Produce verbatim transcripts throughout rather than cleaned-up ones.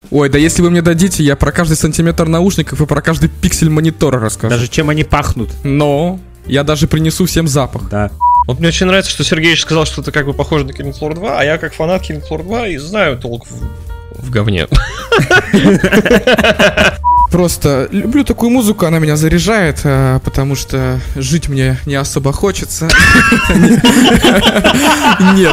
Ой, да если вы мне дадите, я про каждый сантиметр наушников и про каждый пиксель монитора расскажу. Даже чем они пахнут. Но я даже принесу всем запах. Да. Вот мне очень нравится, что Сергеевич сказал, что это как бы похоже на Killing Floor два, а я как фанат Killing Floor два и знаю толк в, в говне. Просто люблю такую музыку, она меня заряжает, потому что жить мне не особо хочется. Нет.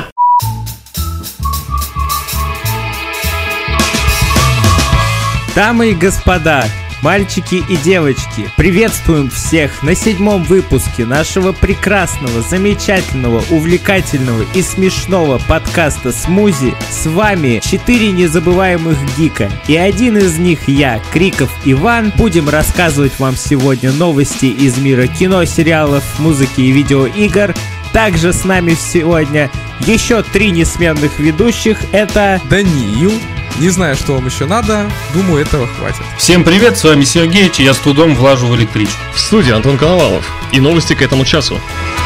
Дамы и господа, мальчики и девочки, приветствуем всех на седьмом выпуске нашего прекрасного, замечательного, увлекательного и смешного подкаста «Смузи». С вами четыре незабываемых гика, и один из них я, Криков Иван. Будем рассказывать вам сегодня новости из мира кино, сериалов, музыки и видеоигр. Также с нами сегодня еще три несменных ведущих. Это Даниил. Не знаю, что вам еще надо, думаю, этого хватит. Всем привет, с вами Сергеич, и я с трудом влажу в электричку. В студии Антон Коновалов. И новости к этому часу.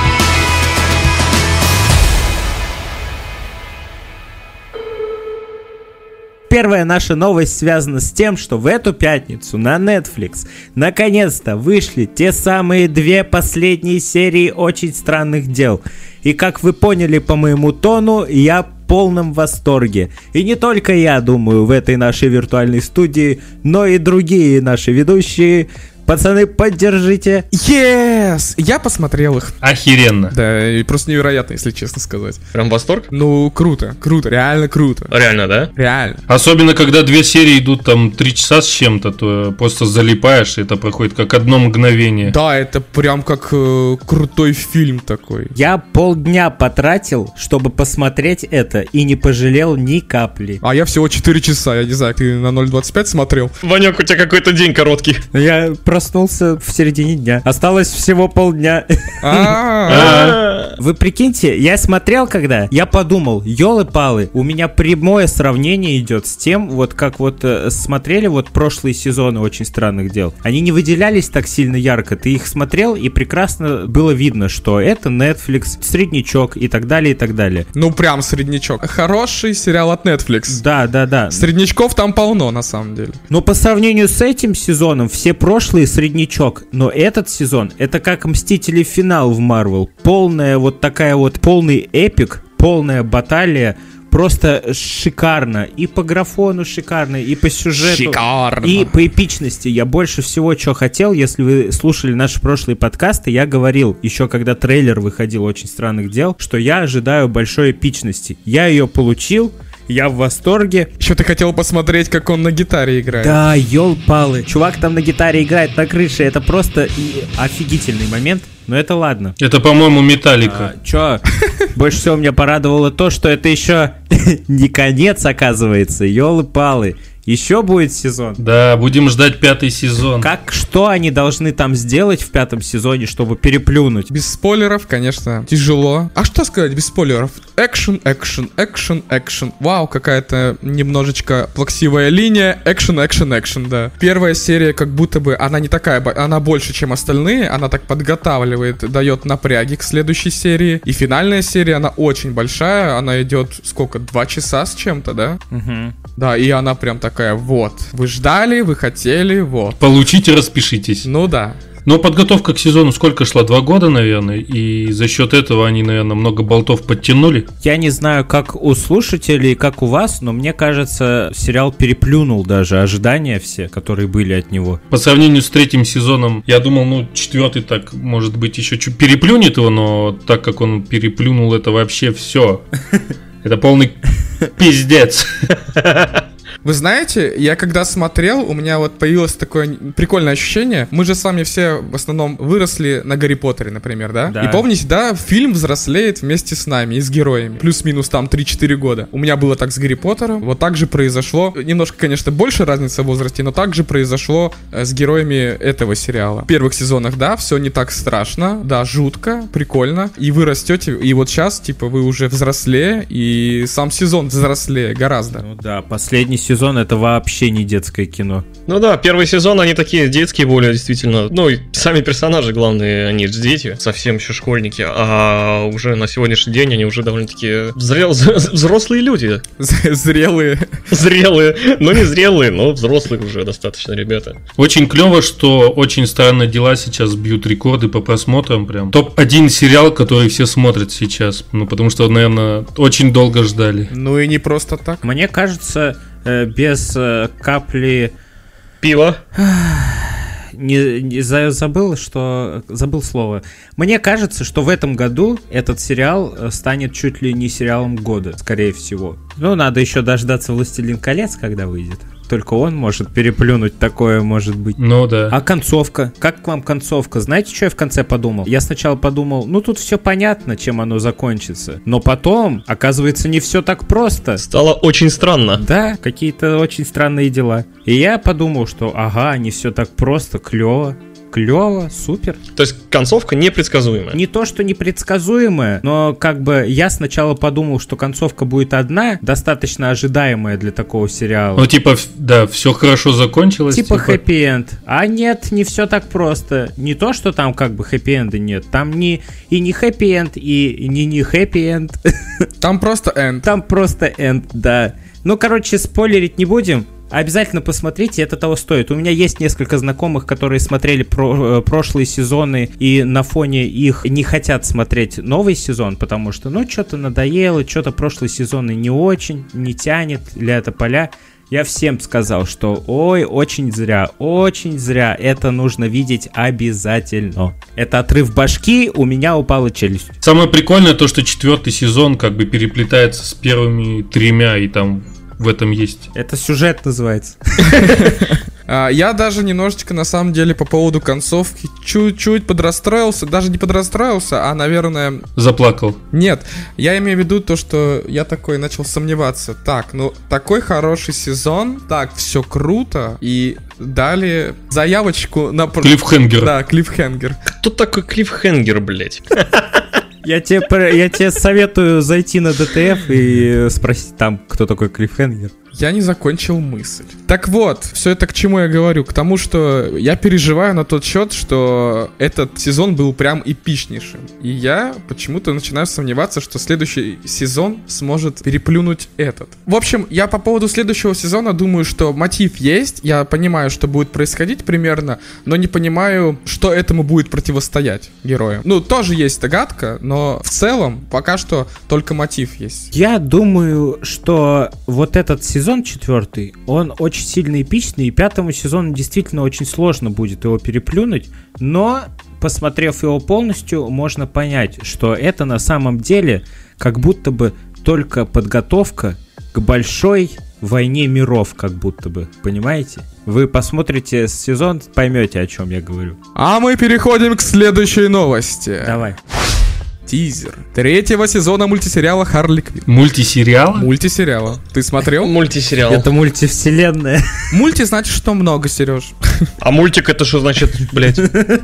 Первая наша новость связана с тем, что в эту пятницу на Netflix наконец-то вышли те самые две последние серии «Очень странных дел». И как вы поняли по моему тону, я в полном восторге. И не только я, думаю, в этой нашей виртуальной студии, но и другие наши ведущие. Пацаны, поддержите. Yes! Я посмотрел их. Охеренно. Да, и просто невероятно, если честно сказать. Прям восторг? Ну, круто, круто, реально круто. Реально, да? Реально. Особенно, когда две серии идут там три часа с чем-то, то просто залипаешь, и это проходит как одно мгновение. Да, это прям как э, крутой фильм такой. Я полдня потратил, чтобы посмотреть это, и не пожалел ни капли. А я всего четыре часа, я не знаю, ты на ноль двадцать пять смотрел? Ванек, у тебя какой-то день короткий. Я проснулся в середине дня. Осталось всего полдня. Вы прикиньте, я смотрел когда, я подумал, ёлы-палы, у меня прямое сравнение идет с тем, вот как вот смотрели вот прошлые сезоны «Очень странных дел». Они не выделялись так сильно ярко, ты их смотрел, и прекрасно было видно, что это Netflix, среднячок и так далее, и так далее. Ну прям среднячок. Хороший сериал от Netflix. Да, да, да. Среднячков там полно, на самом деле. Но по сравнению с этим сезоном, все прошлые среднячок, но этот сезон, это как «Мстители. Финал» в Marvel. Полная вот такая вот, полный эпик, полная баталия. Просто шикарно. И по графону шикарно, и по сюжету. Шикарно. И по эпичности. Я больше всего, что хотел, если вы слушали наши прошлые подкасты, я говорил, еще когда трейлер выходил «Очень странных дел», что я ожидаю большой эпичности. Я ее получил. Я в восторге. Еще ты хотел посмотреть, как он на гитаре играет. Да, ёл-палы. Чувак там на гитаре играет на крыше. Это просто и офигительный момент. Но это ладно. Это, по-моему, Металлика. А, чё? Больше всего меня порадовало то, что это еще не конец, оказывается. Ёлы-палы. Еще будет сезон. Да, будем ждать пятый сезон. Как, что они должны там сделать в пятом сезоне, чтобы переплюнуть? Без спойлеров, конечно, тяжело. А что сказать без спойлеров? Экшен, экшен, экшен, экшен. Вау, какая-то немножечко плаксивая линия. Экшен, экшен, экшен, да. Первая серия как будто бы, она не такая, она больше, чем остальные. Она так подготавливает, дает напряги к следующей серии. И финальная серия, она очень большая. Она идет, сколько, два часа с чем-то, да? Угу. Да, и она прям такая, вот, вы ждали, вы хотели, вот. Получите, распишитесь. Ну да. Но подготовка к сезону сколько шла? Два года, наверное, и за счет этого они, наверное, много болтов подтянули. Я не знаю, как у слушателей, как у вас, но мне кажется, сериал переплюнул даже ожидания все, которые были от него. По сравнению с третьим сезоном, я думал, ну, четвертый так, может быть, еще чуть переплюнет его, но так как он переплюнул, это вообще все. Это полный пиздец. Вы знаете, я когда смотрел, у меня вот появилось такое прикольное ощущение. Мы же с вами все в основном выросли на Гарри Поттере, например, да? Да. И помните, да, фильм взрослеет вместе с нами и с героями. Плюс-минус там три-четыре года. У меня было так с Гарри Поттером. Вот так же произошло. Немножко, конечно, больше разница в возрасте, но так же произошло с героями этого сериала. В первых сезонах, да, все не так страшно. Да, жутко, прикольно. И вы растете, и вот сейчас, типа, вы уже взрослее, и сам сезон взрослее гораздо. Ну да, последний сезон сезон это вообще не детское кино. Ну да, первый сезон, они такие детские более, действительно. Ну, и сами персонажи, главные, они же дети, совсем еще школьники. А уже на сегодняшний день они уже довольно-таки зрел... взрослые люди. Зрелые. Зрелые. Ну, не зрелые, но взрослые уже достаточно ребята. Очень клево, что «Очень странные дела» сейчас бьют рекорды по просмотрам. Прям топ один сериал, который все смотрят сейчас. Ну, потому что, наверное, очень долго ждали. Ну и не просто так. Мне кажется, без капли... Пиво. Не, не забыл, что забыл слово. Мне кажется, что в этом году этот сериал станет чуть ли не сериалом года, скорее всего. Ну, надо еще дождаться «Властелин колец», когда выйдет. Только он может переплюнуть такое, может быть. Ну да. А концовка? Как к вам концовка? Знаете, что я в конце подумал? Я сначала подумал, ну тут все понятно, чем оно закончится. Но потом, оказывается, не все так просто. Стало очень странно. Да, какие-то очень странные дела. И я подумал, что ага, не все так просто, клево. Клево, супер. То есть концовка непредсказуемая. Не то, что непредсказуемая, но как бы я сначала подумал, что концовка будет одна, достаточно ожидаемая для такого сериала. Ну типа, да, все хорошо закончилось. Типа, типа... хэппи-энд. А нет, не все так просто. Не то, что там как бы хэппи-энда нет. Там не и не хэппи-энд, и не не хэппи-энд. Там просто энд. Там просто энд, да. Ну, короче, спойлерить не будем. Обязательно посмотрите, это того стоит. У меня есть несколько знакомых, которые смотрели про, э, прошлые сезоны и на фоне их не хотят смотреть новый сезон, потому что, ну, что-то надоело, что-то прошлые сезоны не очень, не тянет, ля тополя. Я всем сказал, что ой, очень зря, очень зря, это нужно видеть обязательно. Это отрыв башки, у меня упала челюсть. Самое прикольное то, что четвертый сезон как бы переплетается с первыми тремя, и там... в этом есть. Это сюжет называется. Я даже немножечко, на самом деле, по поводу концовки чуть-чуть подрастроился. Даже не подрастроился, а, наверное... Заплакал. Нет, я имею в виду то, что я такой начал сомневаться. Так, ну, такой хороший сезон, так, все круто, и дали заявочку на... Клиффхенгер. Да, клиффхенгер. Кто такой клиффхенгер, блять? Я тебе, я тебе советую зайти на ди ти эф и спросить там, кто такой клиффхенгер. Я не закончил мысль. Так вот, все это к чему я говорю? К тому, что я переживаю на тот счет, что этот сезон был прям эпичнейшим. И я почему-то начинаю сомневаться, что следующий сезон сможет переплюнуть этот. В общем, я по поводу следующего сезона думаю, что мотив есть. Я понимаю, что будет происходить примерно, но не понимаю, что этому будет противостоять героям. Ну, тоже есть догадка, но в целом пока что только мотив есть. Я думаю, что вот этот сезон Сезон четвертый, он очень сильно эпичный, и пятому сезону действительно очень сложно будет его переплюнуть, но, посмотрев его полностью, можно понять, что это на самом деле как будто бы только подготовка к большой войне миров, как будто бы, понимаете? Вы посмотрите сезон, поймете, о чем я говорю. А мы переходим к следующей новости. Давай. Тизер третьего сезона мультисериала «Харли Квинн». Мультисериала? Мультисериала. Ты смотрел? Мультисериал. Это мультивселенная. Мульти значит, что много, Сереж. А мультик это что значит, блять?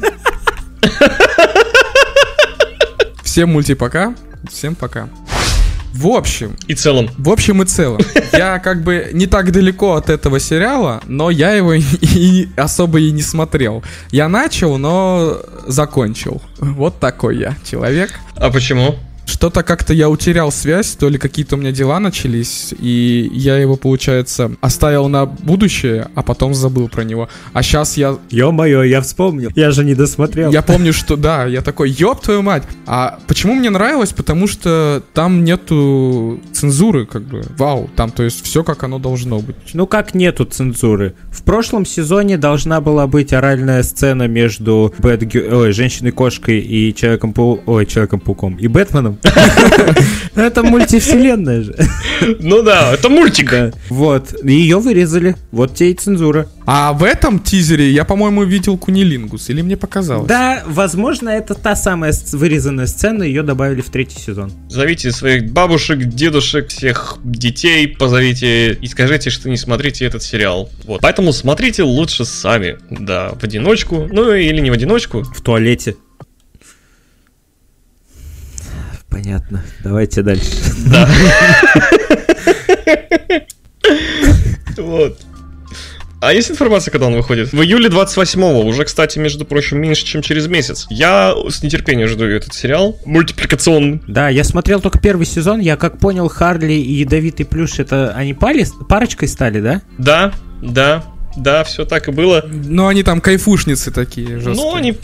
Всем мульти пока. Всем пока. В общем... И целом. В общем и целом. Я как бы не так далеко от этого сериала, но я его и, и особо и не смотрел. Я начал, но закончил. Вот такой я человек. А почему? Что-то как-то я утерял связь, то ли какие-то у меня дела начались, и я его, получается, оставил на будущее, а потом забыл про него. А сейчас я... Ё-моё, я вспомнил. Я же не досмотрел. Я помню, что да, я такой, ёб твою мать. А почему мне нравилось? Потому что там нету цензуры, как бы. Вау, там, то есть, все как оно должно быть. Ну как нету цензуры? В прошлом сезоне должна была быть оральная сцена между Бэтгю... Ой, женщиной-кошкой и Человеком-пау... Ой, Человеком-пауком и Бэтменом. Это мультивселенная же. Ну да, это мультик. Вот, ее вырезали. Вот тебе и цензура. А в этом тизере я, по-моему, видел Кунилингус. Или мне показалось? Да, возможно, это та самая вырезанная сцена. Ее добавили в третий сезон. Зовите своих бабушек, дедушек, всех детей, позовите и скажите, что не смотрите этот сериал. Вот. Поэтому смотрите лучше сами. Да, в одиночку. Ну или не в одиночку. В туалете. Понятно. Давайте дальше. Да. Вот. А есть информация, когда он выходит? В июле двадцать восьмого, уже, кстати, между прочим, меньше, чем через месяц. Я с нетерпением жду этот сериал, мультипликационный. Да, я смотрел только первый сезон, я как понял, Харли и Ядовитый Плюш, это они пали, парочкой стали, да? Да, да. Да, все так и было. Но они там кайфушницы такие жесткие. Ну, они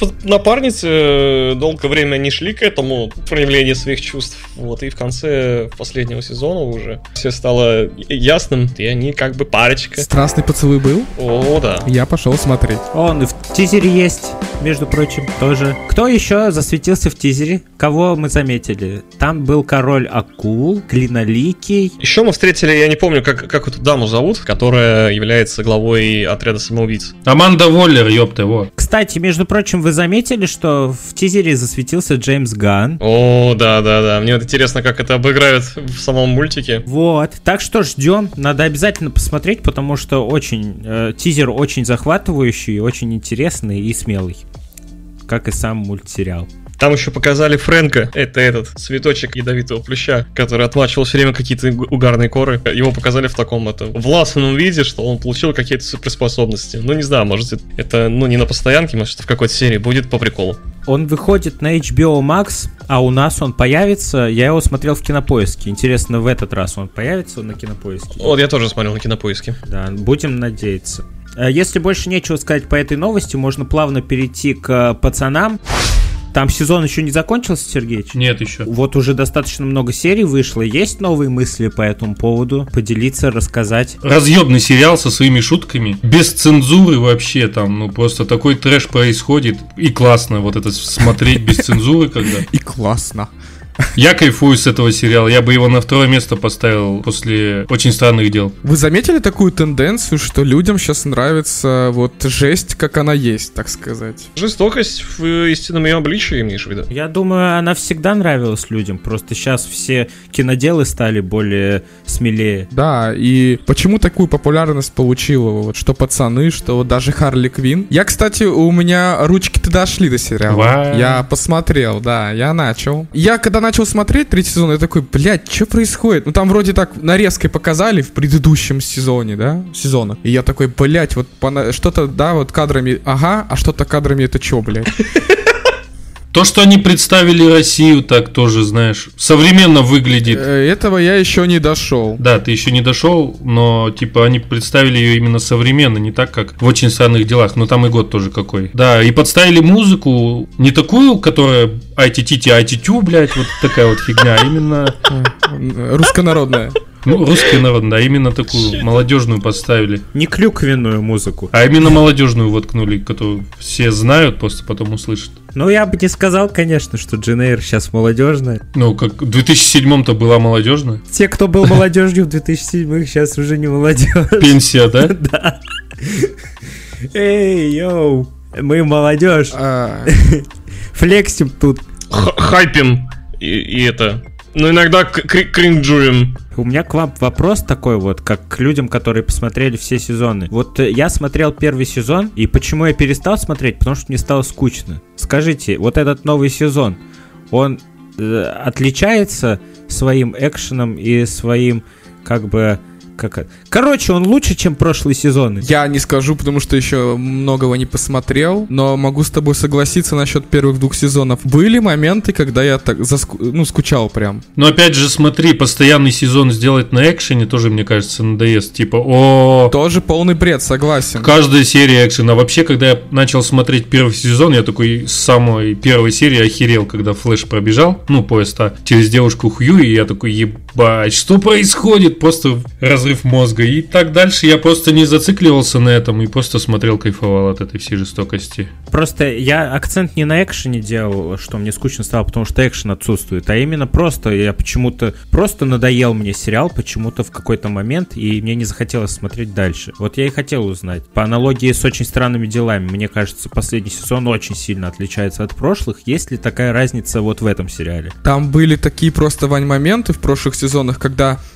напарницы, долгое время не шли к этому проявлению своих чувств. Вот, и в конце последнего сезона уже все стало ясным, и они как бы парочка. Страстный поцелуй был? О, да. Я пошел смотреть. Он и в тизере есть, между прочим, тоже. Кто еще засветился в тизере? Кого мы заметили? Там был король акул, Клиноликий. Еще мы встретили, я не помню, как, как эту даму зовут, которая является главой отряда самоубийц. Аманда Воллер, ёпта, вот. Кстати, между прочим, вы заметили, что в тизере засветился Джеймс Ганн? О, да-да-да, мне вот интересно, как это обыграют в самом мультике. Вот, так что ждем, надо обязательно посмотреть, потому что очень, э, тизер очень захватывающий, очень интересный и смелый, как и сам мультсериал. Там еще показали Фрэнка, это этот цветочек ядовитого плюща, который отмачивал все время какие-то угарные коры. Его показали в таком это, властном виде, что он получил какие-то суперспособности. Ну не знаю, может это ну не на постоянке, может в какой-то серии будет по приколу. Он выходит на эйч би о Max, а у нас он появится, я его смотрел в Кинопоиске. Интересно, в этот раз он появится на Кинопоиске? Вот я тоже смотрел на Кинопоиске. Да, будем надеяться. Если больше нечего сказать по этой новости, можно плавно перейти к пацанам. Там сезон еще не закончился, Сергеич? Нет, еще. Вот уже достаточно много серий вышло. Есть новые мысли по этому поводу? Поделиться, рассказать? Разъебный сериал со своими шутками. Без цензуры вообще там. Ну просто такой трэш происходит. И классно вот это смотреть без цензуры когда. И классно. Я кайфую с этого сериала. Я бы его на второе место поставил после «Очень странных дел». Вы заметили такую тенденцию, что людям сейчас нравится вот жесть, как она есть, так сказать? Жестокость в истинном ее обличии, имеешь в виду? Я думаю, она всегда нравилась людям. Просто сейчас все киноделы стали более смелее. Да, и почему такую популярность получила? Вот что пацаны, что даже Харли Квинн. Я, кстати, у меня ручки-то дошли до сериала. Вау. Я посмотрел, да, я начал. Я когда начал смотреть третий сезон, я такой, блядь, что происходит? Ну там вроде так нарезкой показали в предыдущем сезоне, да, сезона. И я такой, блядь, вот пона- что-то, да, вот кадрами, ага, а что-то кадрами это чё, блядь? То, что они представили Россию, так тоже, знаешь, современно выглядит. Этого я еще не дошел. Да, ты еще не дошел, но типа они представили ее именно современно, не так, как в «Очень странных делах». Но там и год тоже какой. Да, и подставили музыку не такую, которая ай-ти-ти-ти, ай-ти-тю, блядь, вот такая вот фигня, а именно... Руссконародная. Ну, русский народ, да, именно такую молодежную подставили. Не клюквенную музыку. А именно молодежную воткнули, которую все знают, просто потом услышат. Ну, я бы не сказал, конечно, что Джейн Эйр сейчас молодежная. Ну, как в две тысячи седьмом-то была молодежная. Те, кто был молодежью в две тысячи седьмом, сейчас уже не молодежь. Пенсия, да? Да. Эй, йоу, мы молодежь. Флексим тут. Хайпим. И это... Ну, иногда кри- кринжуем. У меня к вам вопрос такой вот, как к людям, которые посмотрели все сезоны. Вот я смотрел первый сезон, и почему я перестал смотреть? Потому что мне стало скучно. Скажите, вот этот новый сезон, он э, отличается своим экшеном и своим, как бы... Как... Короче, он лучше, чем прошлые сезоны. Я не скажу, потому что еще многого не посмотрел, но могу с тобой согласиться насчет первых двух сезонов. Были моменты, когда я так заску... ну, скучал прям. Но опять же, смотри, постоянный сезон сделать на экшене тоже, мне кажется, надоест. Типа, о, тоже полный бред, согласен. Каждая серия экшена. Вообще, когда я начал смотреть первый сезон, я такой с самой первой серии охерел, когда Флэш пробежал, ну, поезд, а, через девушку Хью, и я такой, ебать, что происходит? Просто разрыв мозга. И так дальше я просто не зацикливался на этом и просто смотрел, кайфовал от этой всей жестокости. Просто я акцент не на экшене делал, что мне скучно стало, потому что экшен отсутствует, а именно просто я почему-то просто надоел мне сериал почему-то в какой-то момент, и мне не захотелось смотреть дальше. Вот я и хотел узнать. По аналогии с «Очень странными делами», мне кажется, последний сезон очень сильно отличается от прошлых. Есть ли такая разница вот в этом сериале? Там были такие просто вань моменты в прошлых сезонах, когда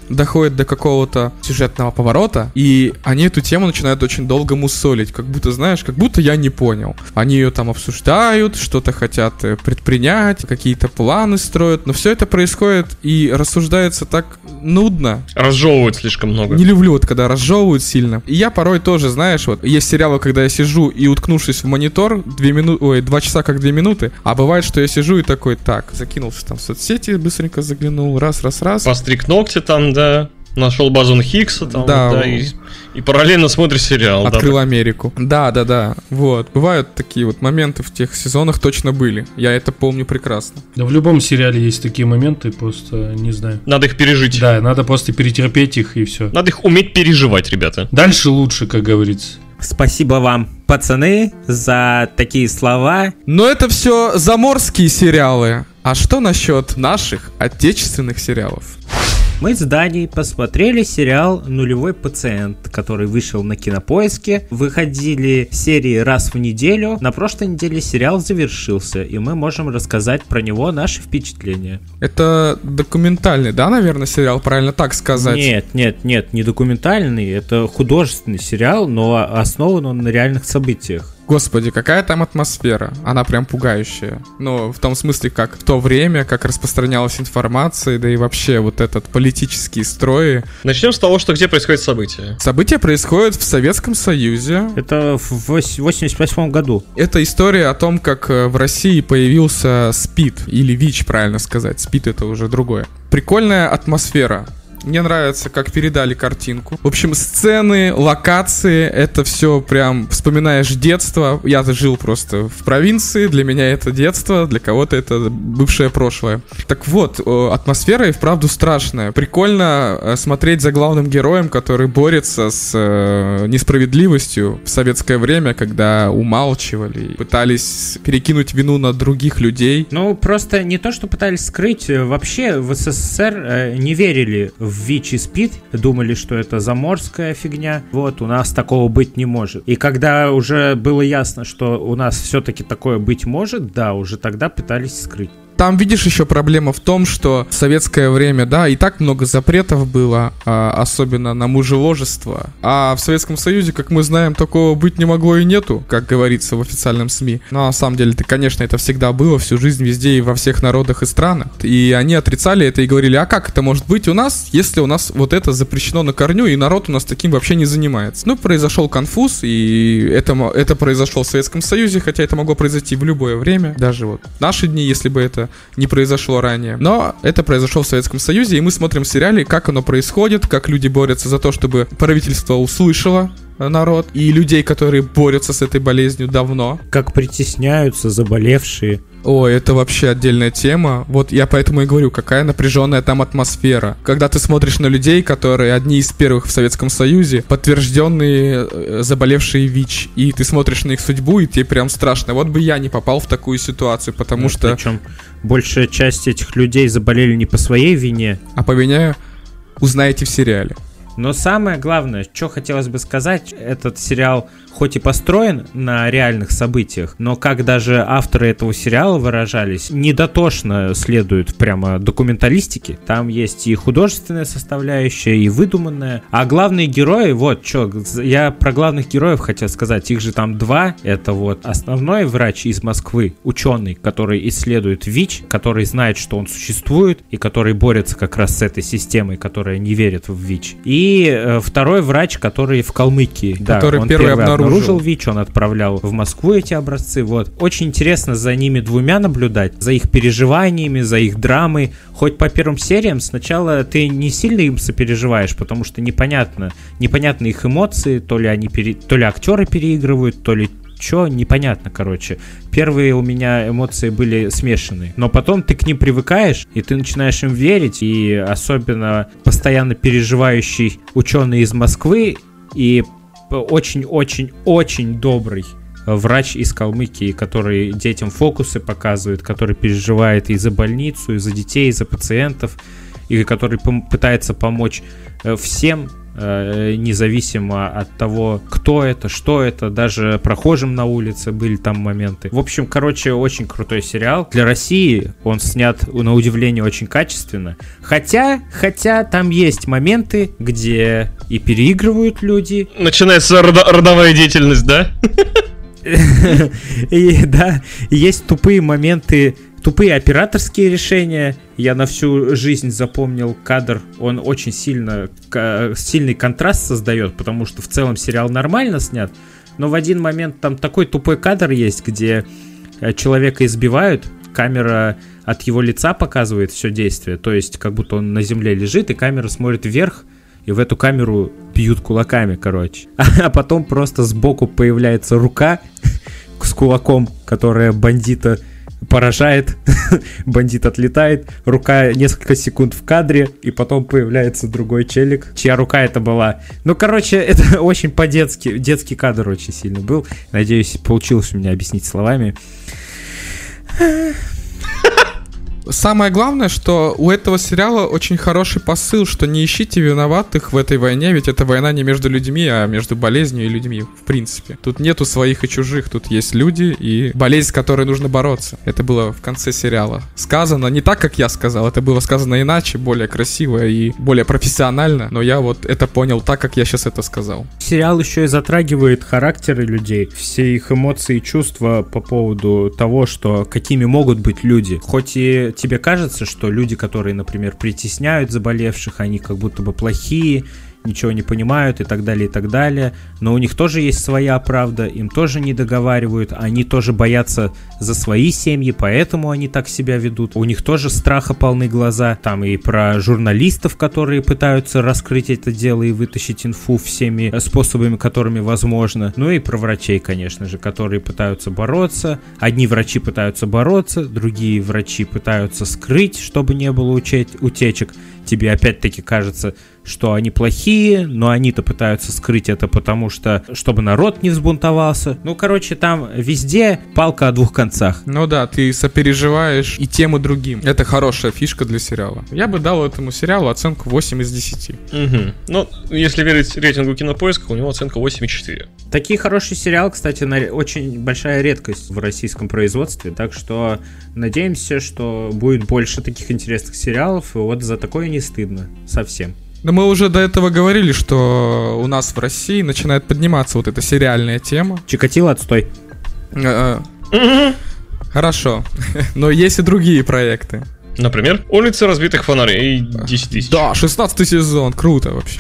доходит до какого-то сюжетного поворота, и они эту тему начинают очень долго мусолить, как будто, знаешь, как будто я не понял. Они ее там обсуждают, что-то хотят предпринять, какие-то планы строят, но все это происходит и рассуждается так нудно. Разжевывают слишком много. Не люблю вот, когда разжевывают сильно. И я порой тоже, знаешь, вот, есть сериалы, когда я сижу и, уткнувшись в монитор, две минуты, ой, два часа как две минуты, а бывает, что я сижу и такой, так, закинулся там в соцсети, быстренько заглянул, раз, раз, раз. Постриг ногти там, да, нашел Базон Хиггса там, да, да, и, и параллельно смотришь сериал. Открыл да, Америку. Да, да, да, вот. Бывают такие вот моменты в тех сезонах, точно были. Я это помню прекрасно. Да в любом сериале есть такие моменты, просто не знаю. Надо их пережить. Да, надо просто перетерпеть их и все. Надо их уметь переживать, ребята. Дальше лучше, как говорится. Спасибо вам, пацаны, за такие слова. Но это все заморские сериалы. А что насчет наших отечественных сериалов? Мы с Даней посмотрели сериал «Нулевой пациент», который вышел на Кинопоиске. Выходили серии раз в неделю. На прошлой неделе сериал завершился, и мы можем рассказать про него наши впечатления. Это документальный, да, наверное, сериал? Правильно так сказать? Нет, нет, нет, не документальный. Это художественный сериал, но основан он на реальных событиях. Господи, какая там атмосфера. Она прям пугающая. Ну, в том смысле, как в то время, как распространялась информация, да и вообще вот этот политические строи. Начнем с того, что где происходит событие. События происходят в Советском Союзе. Это в восемьдесят восьмом году. Это история о том, как в России появился СПИД, или ВИЧ, правильно сказать. СПИД — это уже другое. Прикольная атмосфера. Мне нравится, как передали картинку. В общем, сцены, локации, это все прям вспоминаешь детство. Я-то жил просто в провинции, для меня это детство, для кого-то это бывшее прошлое. Так вот, атмосфера и вправду страшная. Прикольно смотреть за главным героем, который борется с несправедливостью в советское время, когда умалчивали, пытались перекинуть вину на других людей. Ну, просто не то, что пытались скрыть. Вообще в СССР не верили в ВИЧ и СПИД, думали, что это заморская фигня. Вот, у нас такого быть не может. И когда уже было ясно, что у нас все-таки такое быть может, да, уже тогда пытались скрыть. Там, видишь, еще проблема в том, что в советское время, да, и так много запретов было, а, особенно на мужеложество. А в Советском Союзе, как мы знаем, такого быть не могло и нету, как говорится в официальном СМИ. Но на самом деле, конечно, это всегда было всю жизнь везде и во всех народах и странах. И они отрицали это и говорили, а как это может быть у нас, если у нас вот это запрещено на корню, и народ у нас таким вообще не занимается. Ну, произошел конфуз, и это, это произошло в Советском Союзе, хотя это могло произойти в любое время, даже вот в наши дни, если бы это не произошло ранее. Но это произошло в Советском Союзе, и мы смотрим в сериале, как оно происходит, как люди борются за то, чтобы правительство услышало народ, и людей, которые борются с этой болезнью давно. Как притесняются заболевшие. Ой, это вообще отдельная тема. Вот я поэтому и говорю, какая напряженная там атмосфера. Когда ты смотришь на людей, которые одни из первых в Советском Союзе, подтвержденные заболевшие ВИЧ, и ты смотришь на их судьбу, и тебе прям страшно. Вот бы я не попал в такую ситуацию, потому ну, что... Причем большая часть этих людей заболели не по своей вине. А по вине узнаете в сериале. Но самое главное, что хотелось бы сказать, этот сериал хоть и построен на реальных событиях, но как даже авторы этого сериала выражались, недотошно следует прямо документалистике. Там есть и художественная составляющая, и выдуманная. А главные герои, вот что, я про главных героев хотел сказать, их же там два. Это вот основной врач из Москвы, ученый, который исследует ВИЧ, который знает, что он существует, и который борется как раз с этой системой, которая не верит в ВИЧ. И э, второй врач, который в Калмыкии. Который да, он первый, первый обнаружил. обнаружил ВИЧ, он отправлял в Москву эти образцы. Вот. Очень интересно за ними двумя наблюдать, за их переживаниями, за их драмой. Хоть по первым сериям сначала ты не сильно им сопереживаешь, потому что непонятно, непонятны их эмоции, то ли они пере... то ли актеры переигрывают, то ли Че, непонятно, короче. Первые у меня эмоции были смешанные. Но потом ты к ним привыкаешь, и ты начинаешь им верить. И особенно постоянно переживающий ученый из Москвы и очень-очень-очень добрый врач из Калмыкии, который детям фокусы показывает, который переживает и за больницу, и за детей, и за пациентов, и который пытается помочь всем э, независимо от того, кто это, что это, даже прохожим на улице были там моменты. В общем, короче, очень крутой сериал. Для России он снят, на удивление, очень качественно. Хотя, хотя там есть моменты, где и переигрывают люди. Начинается родо- родовая деятельность, да? И да, есть тупые моменты, тупые операторские решения. Я на всю жизнь запомнил кадр. Он очень сильно, сильный контраст создает, потому что в целом сериал нормально снят. Но в один момент там такой тупой кадр есть, где человека избивают, камера от его лица показывает все действие. То есть как будто он на земле лежит, и камера смотрит вверх, и в эту камеру бьют кулаками, короче. А потом просто сбоку появляется рука с кулаком, которая бандита поражает. Бандит отлетает. Рука несколько секунд в кадре, и потом появляется другой челик, чья рука это была. Ну, короче, это очень по-детски. Детский кадр очень сильно был. Надеюсь, получилось у меня объяснить словами. Самое главное, что у этого сериала очень хороший посыл, что не ищите виноватых в этой войне, ведь это война не между людьми, а между болезнью и людьми, в принципе. Тут нету своих и чужих, тут есть люди и болезнь, с которой нужно бороться. Это было в конце сериала сказано не так, как я сказал, это было сказано иначе, более красиво и более профессионально, но я вот это понял так, как я сейчас это сказал. Сериал еще и затрагивает характеры людей, все их эмоции и чувства по поводу того, что какими могут быть люди. Хоть и тебе кажется, что люди, которые, например, притесняют заболевших, они как будто бы плохие, ничего не понимают и так далее, и так далее. Но у них тоже есть своя правда, им тоже не договаривают, они тоже боятся за свои семьи, поэтому они так себя ведут. У них тоже страха полны глаза. Там и про журналистов, которые пытаются раскрыть это дело и вытащить инфу всеми способами, которыми возможно. Ну и про врачей, конечно же, которые пытаются бороться. Одни врачи пытаются бороться, другие врачи пытаются скрыть, чтобы не было утечек. Тебе опять-таки кажется, что они плохие, но они-то пытаются скрыть это, потому что, чтобы народ не взбунтовался. Ну, короче, там везде палка о двух концах. Ну да, ты сопереживаешь и тем, и другим. Это хорошая фишка для сериала. Я бы дал этому сериалу оценку восемь из десяти. Угу. Ну, если верить рейтингу Кинопоиска, у него оценка восемь и четыре. Такие хорошие сериалы, кстати, очень большая редкость в российском производстве, так что надеемся, что будет больше таких интересных сериалов, и вот за такое не стыдно совсем. Да мы уже до этого говорили, что у нас в России начинает подниматься вот эта сериальная тема. Чикатило, отстой. Хорошо, но есть и другие проекты. Например, улица разбитых фонарей десять тысяч. Да, шестнадцатый сезон, круто вообще.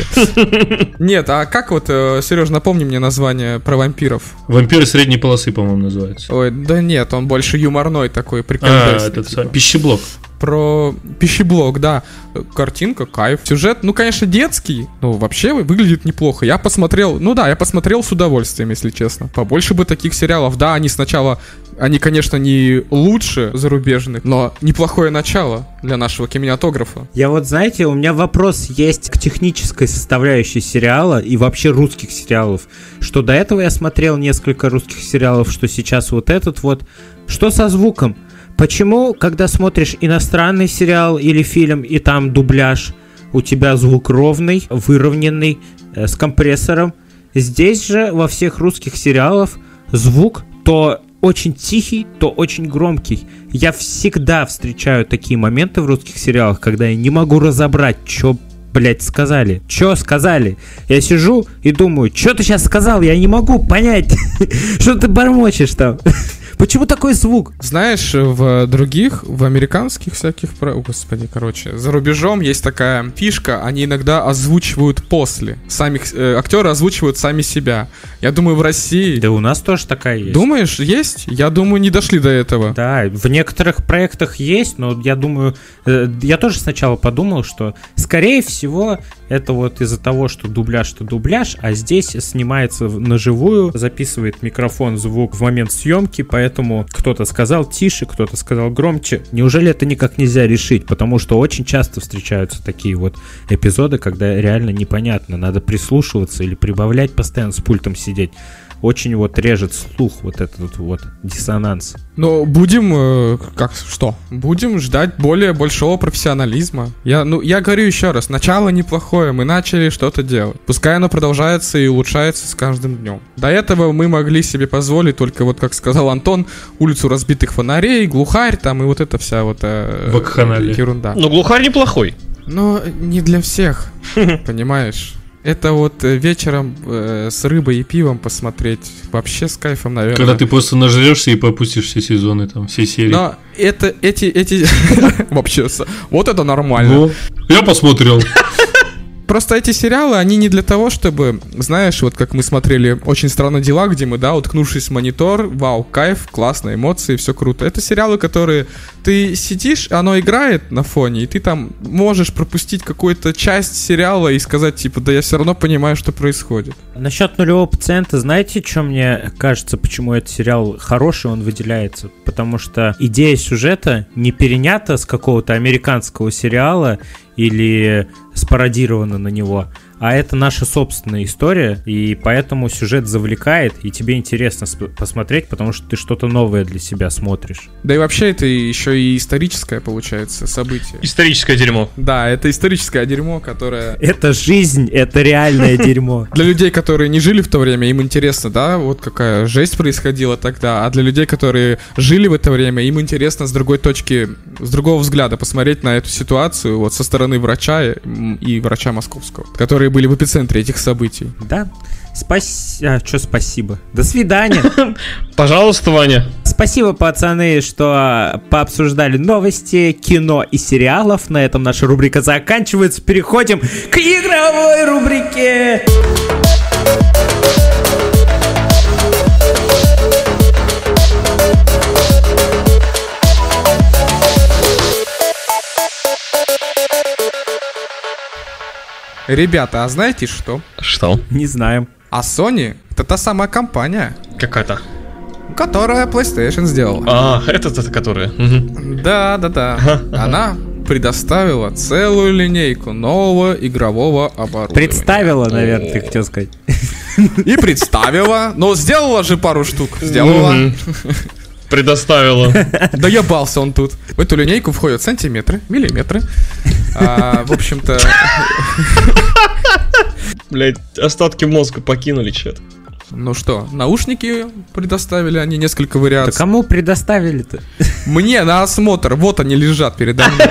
Нет, а как вот, Сереж, напомни мне название про вампиров. Вампиры средней полосы, по-моему, называется. Ой, да нет, он больше юморной такой, прикольный. А, это типа. Пищеблок. Про пищеблок, да. Картинка, кайф. Сюжет, ну, конечно, детский, но вообще выглядит неплохо. Я посмотрел, ну да, я посмотрел с удовольствием, если честно. Побольше бы таких сериалов. Да, они сначала, они, конечно, не лучше зарубежных, но неплохое начало для нашего кинематографа. Я вот, знаете, у меня вопрос есть к технической составляющей сериала и вообще русских сериалов. Что до этого я смотрел несколько русских сериалов, что сейчас вот этот вот. Что со звуком? Почему, когда смотришь иностранный сериал или фильм, и там дубляж, у тебя звук ровный, выровненный, э, с компрессором? Здесь же во всех русских сериалах звук то очень тихий, то очень громкий. Я всегда встречаю такие моменты в русских сериалах, когда я не могу разобрать, что, блять, сказали. Что сказали? Я сижу и думаю, что ты сейчас сказал? Я не могу понять, что ты бормочешь там. Почему такой звук? Знаешь, в других, в американских всяких... Про... О, господи, короче. За рубежом есть такая фишка, они иногда озвучивают после. Сами э, актеры озвучивают сами себя. Я думаю, в России... Да у нас тоже такая есть. Думаешь, есть? Я думаю, не дошли до этого. Да, в некоторых проектах есть, но я думаю... Э, я тоже сначала подумал, что, скорее всего, это вот из-за того, что дубляж-то дубляж, а здесь снимается наживую, записывает микрофон звук в момент съемки, поэтому Поэтому кто-то сказал тише, кто-то сказал громче. Неужели это никак нельзя решить? Потому что очень часто встречаются такие вот эпизоды, когда реально непонятно. Надо прислушиваться или прибавлять, постоянно с пультом сидеть. Очень вот режет слух вот этот вот диссонанс. Но будем, э, как, что? Будем ждать более большого профессионализма. Я, ну, я говорю еще раз, начало неплохое, мы начали что-то делать. Пускай оно продолжается и улучшается с каждым днем. До этого мы могли себе позволить только, вот как сказал Антон, улицу разбитых фонарей, глухарь там и вот эта вся вот э, ерунда. Но глухарь неплохой. Но не для всех, понимаешь? Это вот вечером э, с рыбой и пивом посмотреть вообще с кайфом, наверное. Когда ты просто нажрешься и пропустишь все сезоны, там, все серии. Но это, эти, эти... Вообще, вот это нормально. Ну, я посмотрел. Просто эти сериалы, они не для того, чтобы, знаешь, вот как мы смотрели «Очень странные дела», где мы, да, уткнувшись в монитор, вау, кайф, классно, эмоции, все круто. Это сериалы, которые ты сидишь, оно играет на фоне, и ты там можешь пропустить какую-то часть сериала и сказать, типа, да я все равно понимаю, что происходит. Насчет «Нулевого пациента», знаете, что мне кажется, почему этот сериал хороший, он выделяется? Потому что идея сюжета не перенята с какого-то американского сериала или спародирована на него, а это наша собственная история, и поэтому сюжет завлекает, и тебе интересно сп- посмотреть, потому что ты что-то новое для себя смотришь. Да и вообще это еще и историческое, получается, событие. Историческое дерьмо. Да, это историческое дерьмо, которое... Это жизнь, это реальное дерьмо. Для людей, которые не жили в то время, им интересно, да, вот какая жесть происходила тогда, а для людей, которые жили в это время, им интересно с другой точки, с другого взгляда посмотреть на эту ситуацию, вот со стороны врача и врача московского, которые были в эпицентре этих событий. Да. Спасибо. А, что спасибо? До свидания. Пожалуйста, Ваня. Спасибо, пацаны, что пообсуждали новости, кино и сериалов. На этом наша рубрика заканчивается. Переходим к игровой рубрике. Ребята, а знаете что? Что? Не знаем. А Sony — это та самая компания, Какая-то. которая PlayStation сделала. А, это та, которая. Угу. Да, да, да. Она предоставила целую линейку нового игрового оборудования. Представила, наверное, ты хотел сказать. И представила, но сделала же пару штук. Сделала. Предоставила. Доебался он тут. В эту линейку входят сантиметры, миллиметры. А, в общем-то... Блять, остатки мозга покинули чат. Ну что, наушники предоставили, они несколько вариаций. Да кому предоставили-то? Мне на осмотр, вот они лежат передо мной.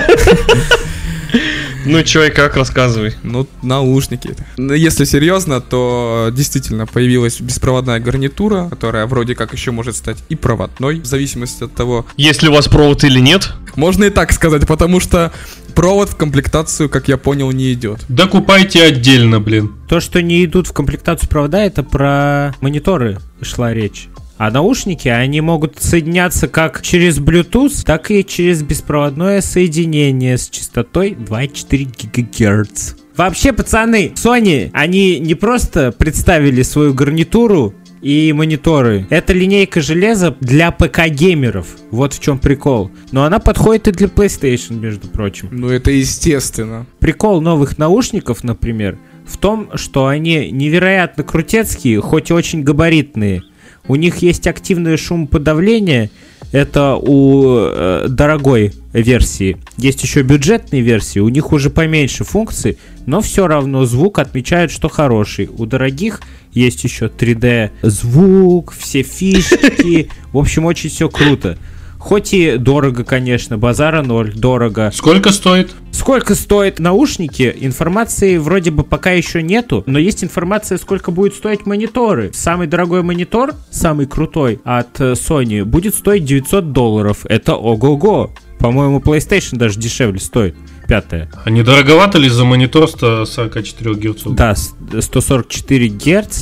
Ну чё и как, рассказывай. Ну, наушники. Если серьезно, то действительно появилась беспроводная гарнитура, которая вроде как еще может стать и проводной, в зависимости от того... Есть ли у вас провод или нет? Можно и так сказать, потому что провод в комплектацию, как я понял, не идет. Докупайте отдельно, блин. То, что не идут в комплектацию провода, это про мониторы шла речь. А наушники, они могут соединяться как через Bluetooth, так и через беспроводное соединение с частотой двадцать четыре гигагерца. Вообще, пацаны, Sony, они не просто представили свою гарнитуру и мониторы. Это линейка железа для ПК-геймеров. Вот в чем прикол. Но она подходит и для PlayStation, между прочим. Ну, это естественно. Прикол новых наушников, например, в том, что они невероятно крутецкие, хоть и очень габаритные. У них есть активное шумоподавление, это у э, дорогой версии. Есть еще бюджетные версии, у них уже поменьше функций, но все равно звук отмечают, что хороший. У дорогих есть еще три дэ звук, все фишки, в общем, очень все круто. Хоть и дорого, конечно, базара ноль, дорого. Сколько стоит? Сколько стоят наушники? Информации вроде бы пока еще нету, но есть информация, сколько будет стоить мониторы. Самый дорогой монитор, самый крутой от Sony, будет стоить девятьсот долларов. Это ого-го. По-моему, PlayStation даже дешевле стоит. Пятое. А не дороговато ли за монитор сто сорок четыре герца? Да, сто сорок четыре герц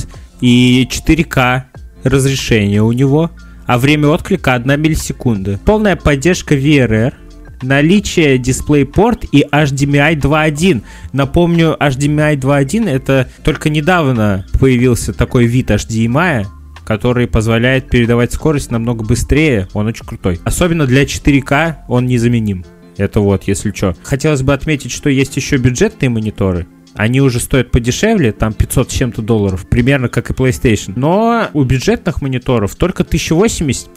и четыре ка разрешение у него. А время отклика одна миллисекунда. Полная поддержка ви ар эр, наличие DisplayPort и эйч ди эм ай два точка один. Напомню, эйч ди эм ай два точка один это только недавно появился такой вид эйч ди эм ай, который позволяет передавать скорость намного быстрее. Он очень крутой. Особенно для четыре ка он незаменим. Это вот, если что. Хотелось бы отметить, что есть еще бюджетные мониторы. Они уже стоят подешевле, там пятьсот с чем-то долларов, примерно как и PlayStation. Но у бюджетных мониторов только тысяча восемьдесят пи,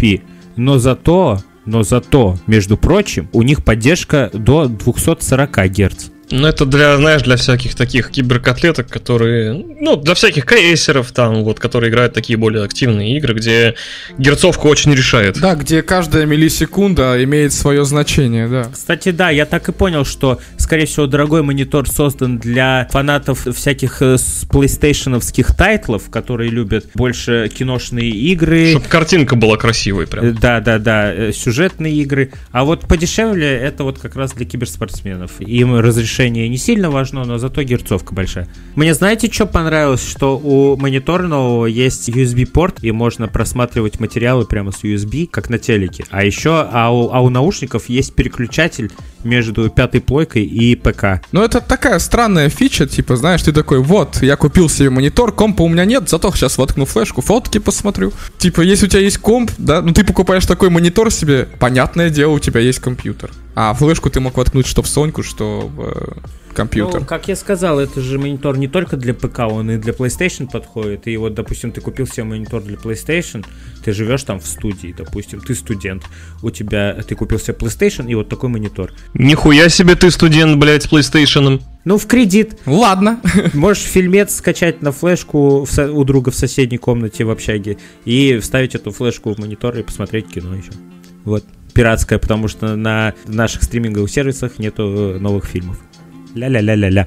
Но зато, но зато, между прочим, у них поддержка до двести сорок герц. Ну, это для, знаешь, для всяких таких киберкотлеток, которые, ну, для всяких крейсеров там, вот, которые играют такие более активные игры, где герцовка очень решает. Да, где каждая миллисекунда имеет свое значение, да. Кстати, да, я так и понял, что, скорее всего, дорогой монитор создан для фанатов всяких PlayStation-овских тайтлов, которые любят больше киношные игры. Чтобы картинка была красивой прям. Да-да-да, сюжетные игры. А вот подешевле это вот как раз для киберспортсменов. Им разрешение не сильно важно, но зато герцовка большая. Мне знаете, что понравилось? Что у монитора нового есть ю эс би-порт, и можно просматривать материалы прямо с ю эс би, как на телеке. А еще, а у, а у наушников есть переключатель между пятой плойкой и ПК. Ну, это такая странная фича, типа, знаешь, ты такой, вот, я купил себе монитор, компа у меня нет, зато сейчас воткну флешку, фотки посмотрю. Типа, если у тебя есть комп, да, ну ты покупаешь такой монитор себе, понятное дело, у тебя есть компьютер. А флешку ты мог воткнуть что в Соньку, что в э, компьютер. Ну, как я сказал, это же монитор не только для ПК, он и для PlayStation подходит. И вот, допустим, ты купил себе монитор для PlayStation, ты живешь там в студии, допустим, ты студент, у тебя, ты купил себе PlayStation и вот такой монитор. Нихуя себе ты студент, блядь, с PlayStation. Ну, в кредит. Ладно. Можешь фильмец скачать на флешку в со- у друга в соседней комнате в общаге и вставить эту флешку в монитор и посмотреть кино еще. Вот. Пиратская, потому что на наших стриминговых сервисах нету новых фильмов. Ля-ля-ля-ля-ля.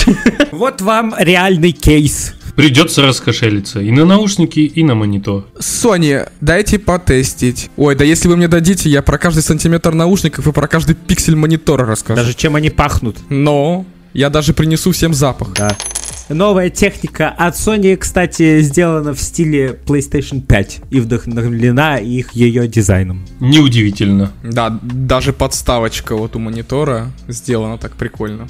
Вот вам реальный кейс. Придется раскошелиться и на наушники, и на монитор. Sony, дайте потестить. Ой, да если вы мне дадите, я про каждый сантиметр наушников и про каждый пиксель монитора расскажу. Даже чем они пахнут. Но я даже принесу всем запах. Да. Новая техника от Sony, кстати, сделана в стиле PlayStation пять и вдохновлена их ее дизайном. Неудивительно. Да, даже подставочка вот у монитора сделана так прикольно.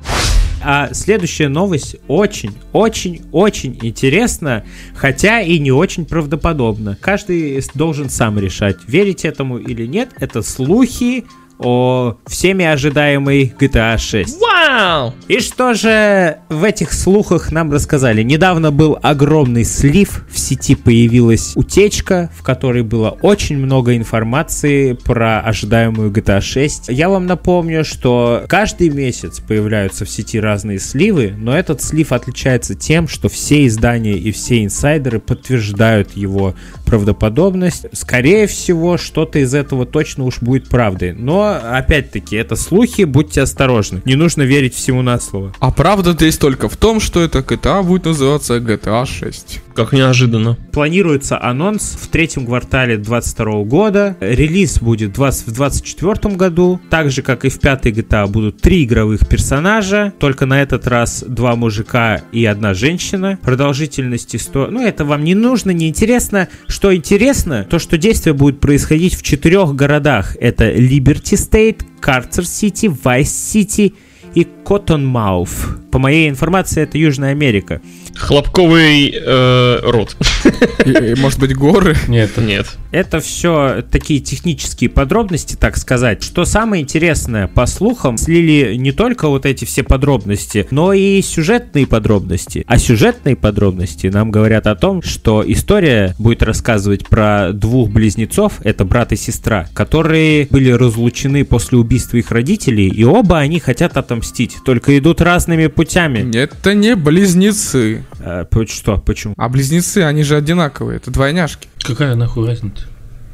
А следующая новость очень-очень-очень интересна, хотя и не очень правдоподобна. Каждый должен сам решать, верить этому или нет. Это слухи о всеми ожидаемой джи ти эй шесть. Вау! И что же в этих слухах нам рассказали? Недавно был огромный слив, в сети появилась утечка, в которой было очень много информации про ожидаемую джи ти эй шесть. Я вам напомню, что каждый месяц появляются в сети разные сливы, но этот слив отличается тем, что все издания и все инсайдеры подтверждают его правдоподобность. Скорее всего, что-то из этого точно уж будет правдой. Но опять-таки, это слухи, будьте осторожны. Не нужно верить всему на слово. А правда здесь только в том, что эта джи ти эй будет называться джи ти эй шесть. Как неожиданно. Планируется анонс в третьем квартале двадцать второго года. Релиз будет в двадцать четвёртом году. Так же, как и в пятой джи ти эй, будут три игровых персонажа. Только на этот раз два мужика и одна женщина. Продолжительности сто... Ну, это вам не нужно, не интересно. Что интересно, то, что действие будет происходить в четырех городах. Это Liberty State, Карцер Сити, Вайс Сити и Коттонмауф. По моей информации, это Южная Америка. Хлопковый э, рот. И, и, может быть, горы? Нет. Нет. Это все такие технические подробности, так сказать. Что самое интересное, по слухам, слили не только вот эти все подробности, но и сюжетные подробности. А сюжетные подробности нам говорят о том, что история будет рассказывать про двух близнецов, это брат и сестра, которые были разлучены после убийства их родителей, и оба они хотят отомстить, только идут разными путями. Это не близнецы. А, что? Почему? А близнецы, они же одинаковые, это двойняшки. Какая нахуй разница?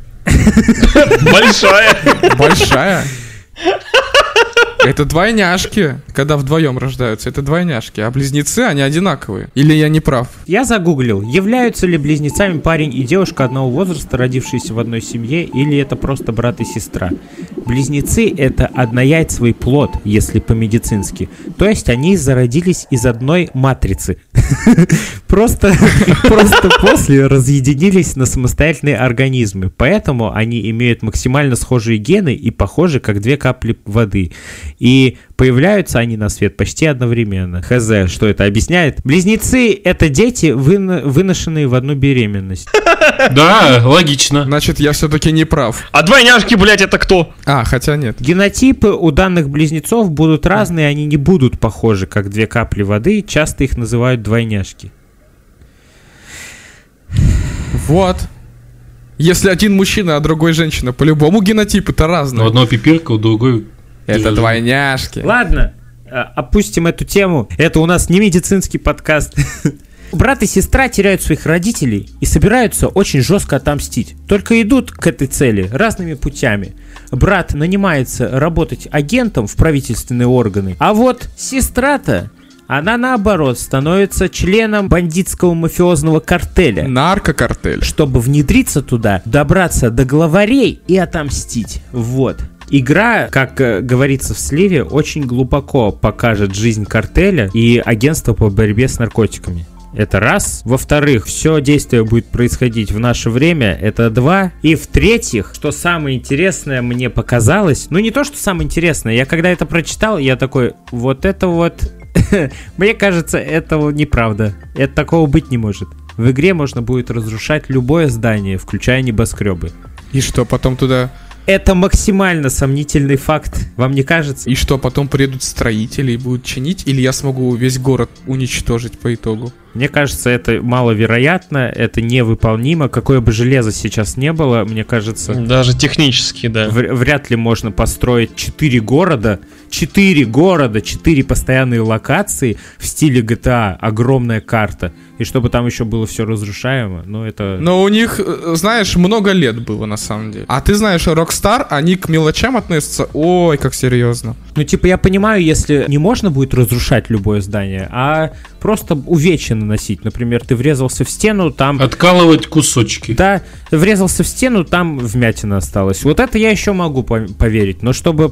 Большая. Большая. Это двойняшки, когда вдвоем рождаются, это двойняшки, а близнецы, они одинаковые. Или я не прав? Я загуглил, являются ли близнецами парень и девушка одного возраста, родившиеся в одной семье, или это просто брат и сестра. Близнецы — это однояйцевый плод, если по-медицински. То есть они зародились из одной матрицы. Просто после разъединились на самостоятельные организмы. Поэтому они имеют максимально схожие гены и похожи, как две капли воды. И появляются они на свет почти одновременно. Хз, что это объясняет? Близнецы — это дети, выно- выношенные в одну беременность. Да, логично. Значит, я все-таки не прав. А двойняшки, блядь, это кто? А, хотя нет. Генотипы у данных близнецов будут разные, они не будут похожи, как две капли воды. Часто их называют двойняшки. Вот. Если один мужчина, а другой женщина, по-любому генотипы-то разные. У одного пипирка, у другой... Это двойняшки. Ладно, опустим эту тему. Это у нас не медицинский подкаст. Брат и сестра теряют своих родителей и собираются очень жестко отомстить. Только идут к этой цели разными путями. Брат нанимается работать агентом в правительственные органы, а вот сестра-то, она наоборот становится членом бандитского мафиозного картеля. Наркокартель. Чтобы внедриться туда, добраться до главарей и отомстить. Вот. Игра, как э, говорится в сливе, очень глубоко покажет жизнь картеля и агентства по борьбе с наркотиками. Это раз. Во-вторых, все действие будет происходить в наше время. Это два. И в-третьих, что самое интересное мне показалось, ну не то, что самое интересное, я когда это прочитал, я такой, вот это вот, мне кажется, это неправда. Это такого быть не может. В игре можно будет разрушать любое здание, включая небоскребы. И что, потом туда... Это максимально сомнительный факт, вам не кажется? И что, потом приедут строители и будут чинить? Или я смогу весь город уничтожить по итогу? Мне кажется, это маловероятно, это невыполнимо. Какое бы железо сейчас не было, мне кажется... Даже технически, да. В- вряд ли можно построить четыре города, четыре города, четыре постоянные локации в стиле джи ти эй, огромная карта. И чтобы там еще было все разрушаемо, ну это... Но у них, знаешь, много лет было на самом деле. А ты знаешь, Rockstar, они к мелочам относятся, ой, как серьезно. Ну типа я понимаю, если не можно будет разрушать любое здание, а просто увечья наносить. Например, ты врезался в стену, там... Откалывать кусочки. Да, врезался в стену, там вмятина осталась. Вот это я еще могу по- поверить. Но чтобы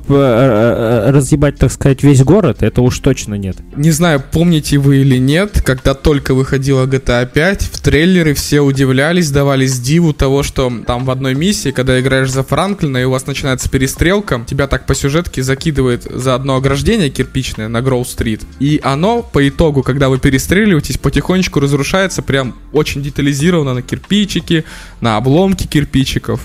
п- разъебать, так сказать, весь город, это уж точно нет. Не знаю, помните вы или нет, когда только выходила джи ти эй пять, в трейлере все удивлялись, давались диву того, что там в одной миссии, когда играешь за Франклина и у вас начинается перестрелка, тебя так по сюжетке закидывает за одно ограждение кирпичное на Гроу-стрит. И оно по итогу, когда вы перестреливаетесь, потихонечку разрушается прям очень детализированно на кирпичики, на обломки кирпичиков.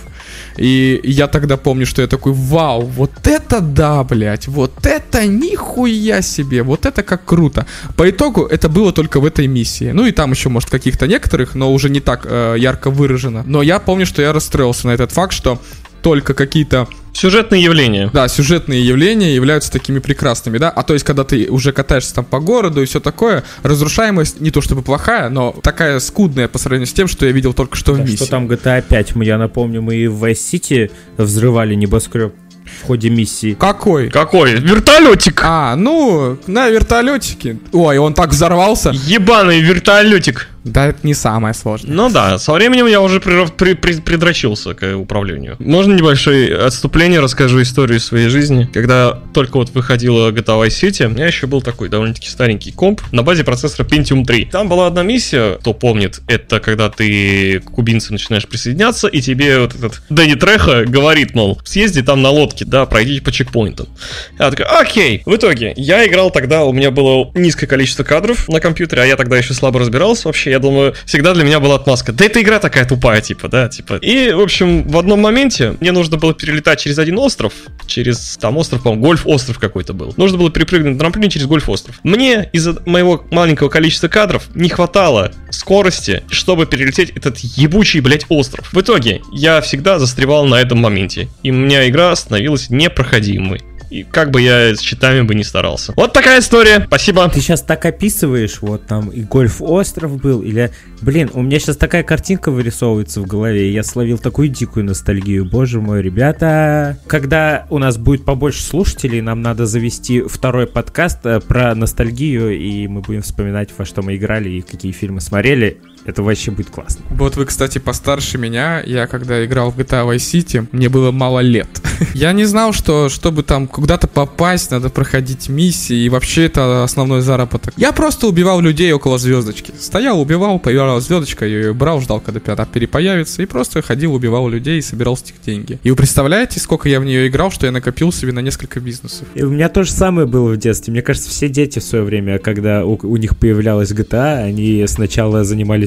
И я тогда помню, что я такой, вау, вот это да, блядь, вот это нихуя себе, вот это как круто. По итогу это было только в этой миссии. Ну и там еще, может, каких-то некоторых, но уже не так э, ярко выражено. Но я помню, что я расстроился на этот факт, что только какие-то... Сюжетные явления. Да, сюжетные явления являются такими прекрасными, да. А то есть, когда ты уже катаешься там по городу и все такое, разрушаемость не то чтобы плохая, но такая скудная по сравнению с тем, что я видел только что в Да, миссии. что там джи ти эй пять, я напомню, мы и в Vice City взрывали небоскреб в ходе миссии. Какой? Какой? Вертолетик! А, ну, на вертолетике. Ой, он так взорвался. Ебаный вертолетик! Да, это не самое сложное. Ну да, со временем я уже при, при, при, придрочился к управлению. Можно небольшое отступление, расскажу историю из своей жизни. Когда только вот выходила джи ти эй Vice City, у меня еще был такой довольно-таки старенький комп на базе процессора Pentium три. Там была одна миссия, кто помнит, это когда ты к кубинцам начинаешь присоединяться, и тебе вот этот Дэнни Трехо говорит, мол, съезди там на лодке, да, пройдите по чекпоинтам. Я такой, окей. В итоге, я играл тогда, у меня было низкое количество кадров на компьютере, а я тогда еще слабо разбирался вообще. Я думаю, всегда для меня была отмазка. Да эта игра такая тупая, типа, да, типа. И, в общем, в одном моменте мне нужно было перелетать через один остров, через, там, остров, по-моему, Гольф-остров какой-то был. Нужно было перепрыгнуть на трамплине через Гольф-остров. Мне из-за моего маленького количества кадров не хватало скорости, чтобы перелететь этот ебучий, блядь, остров. В итоге, я всегда застревал на этом моменте. И у меня игра становилась непроходимой. И как бы я с читами бы не старался. Вот такая история. Спасибо. Ты сейчас так описываешь, вот там и Гольф-остров был, или... Блин, у меня сейчас такая картинка вырисовывается в голове, и я словил такую дикую ностальгию. Боже мой, ребята. Когда у нас будет побольше слушателей, нам надо завести второй подкаст про ностальгию, и мы будем вспоминать, во что мы играли и какие фильмы смотрели. Это вообще будет классно. Вот вы, кстати, постарше меня. Я когда играл в джи ти эй Vice City, мне было мало лет. Я не знал, что чтобы там куда-то попасть, надо проходить миссии, и вообще это основной заработок. Я просто убивал людей около звездочки. Стоял, убивал, появлялась звездочка, я ее брал, ждал, когда пятая перепоявится, и просто ходил, убивал людей и собирал с них деньги. И вы представляете, сколько я в нее играл, что я накопил себе на несколько бизнесов? И у меня то же самое было в детстве. Мне кажется, все дети в свое время, когда у, у них появлялась джи ти эй, они сначала занимались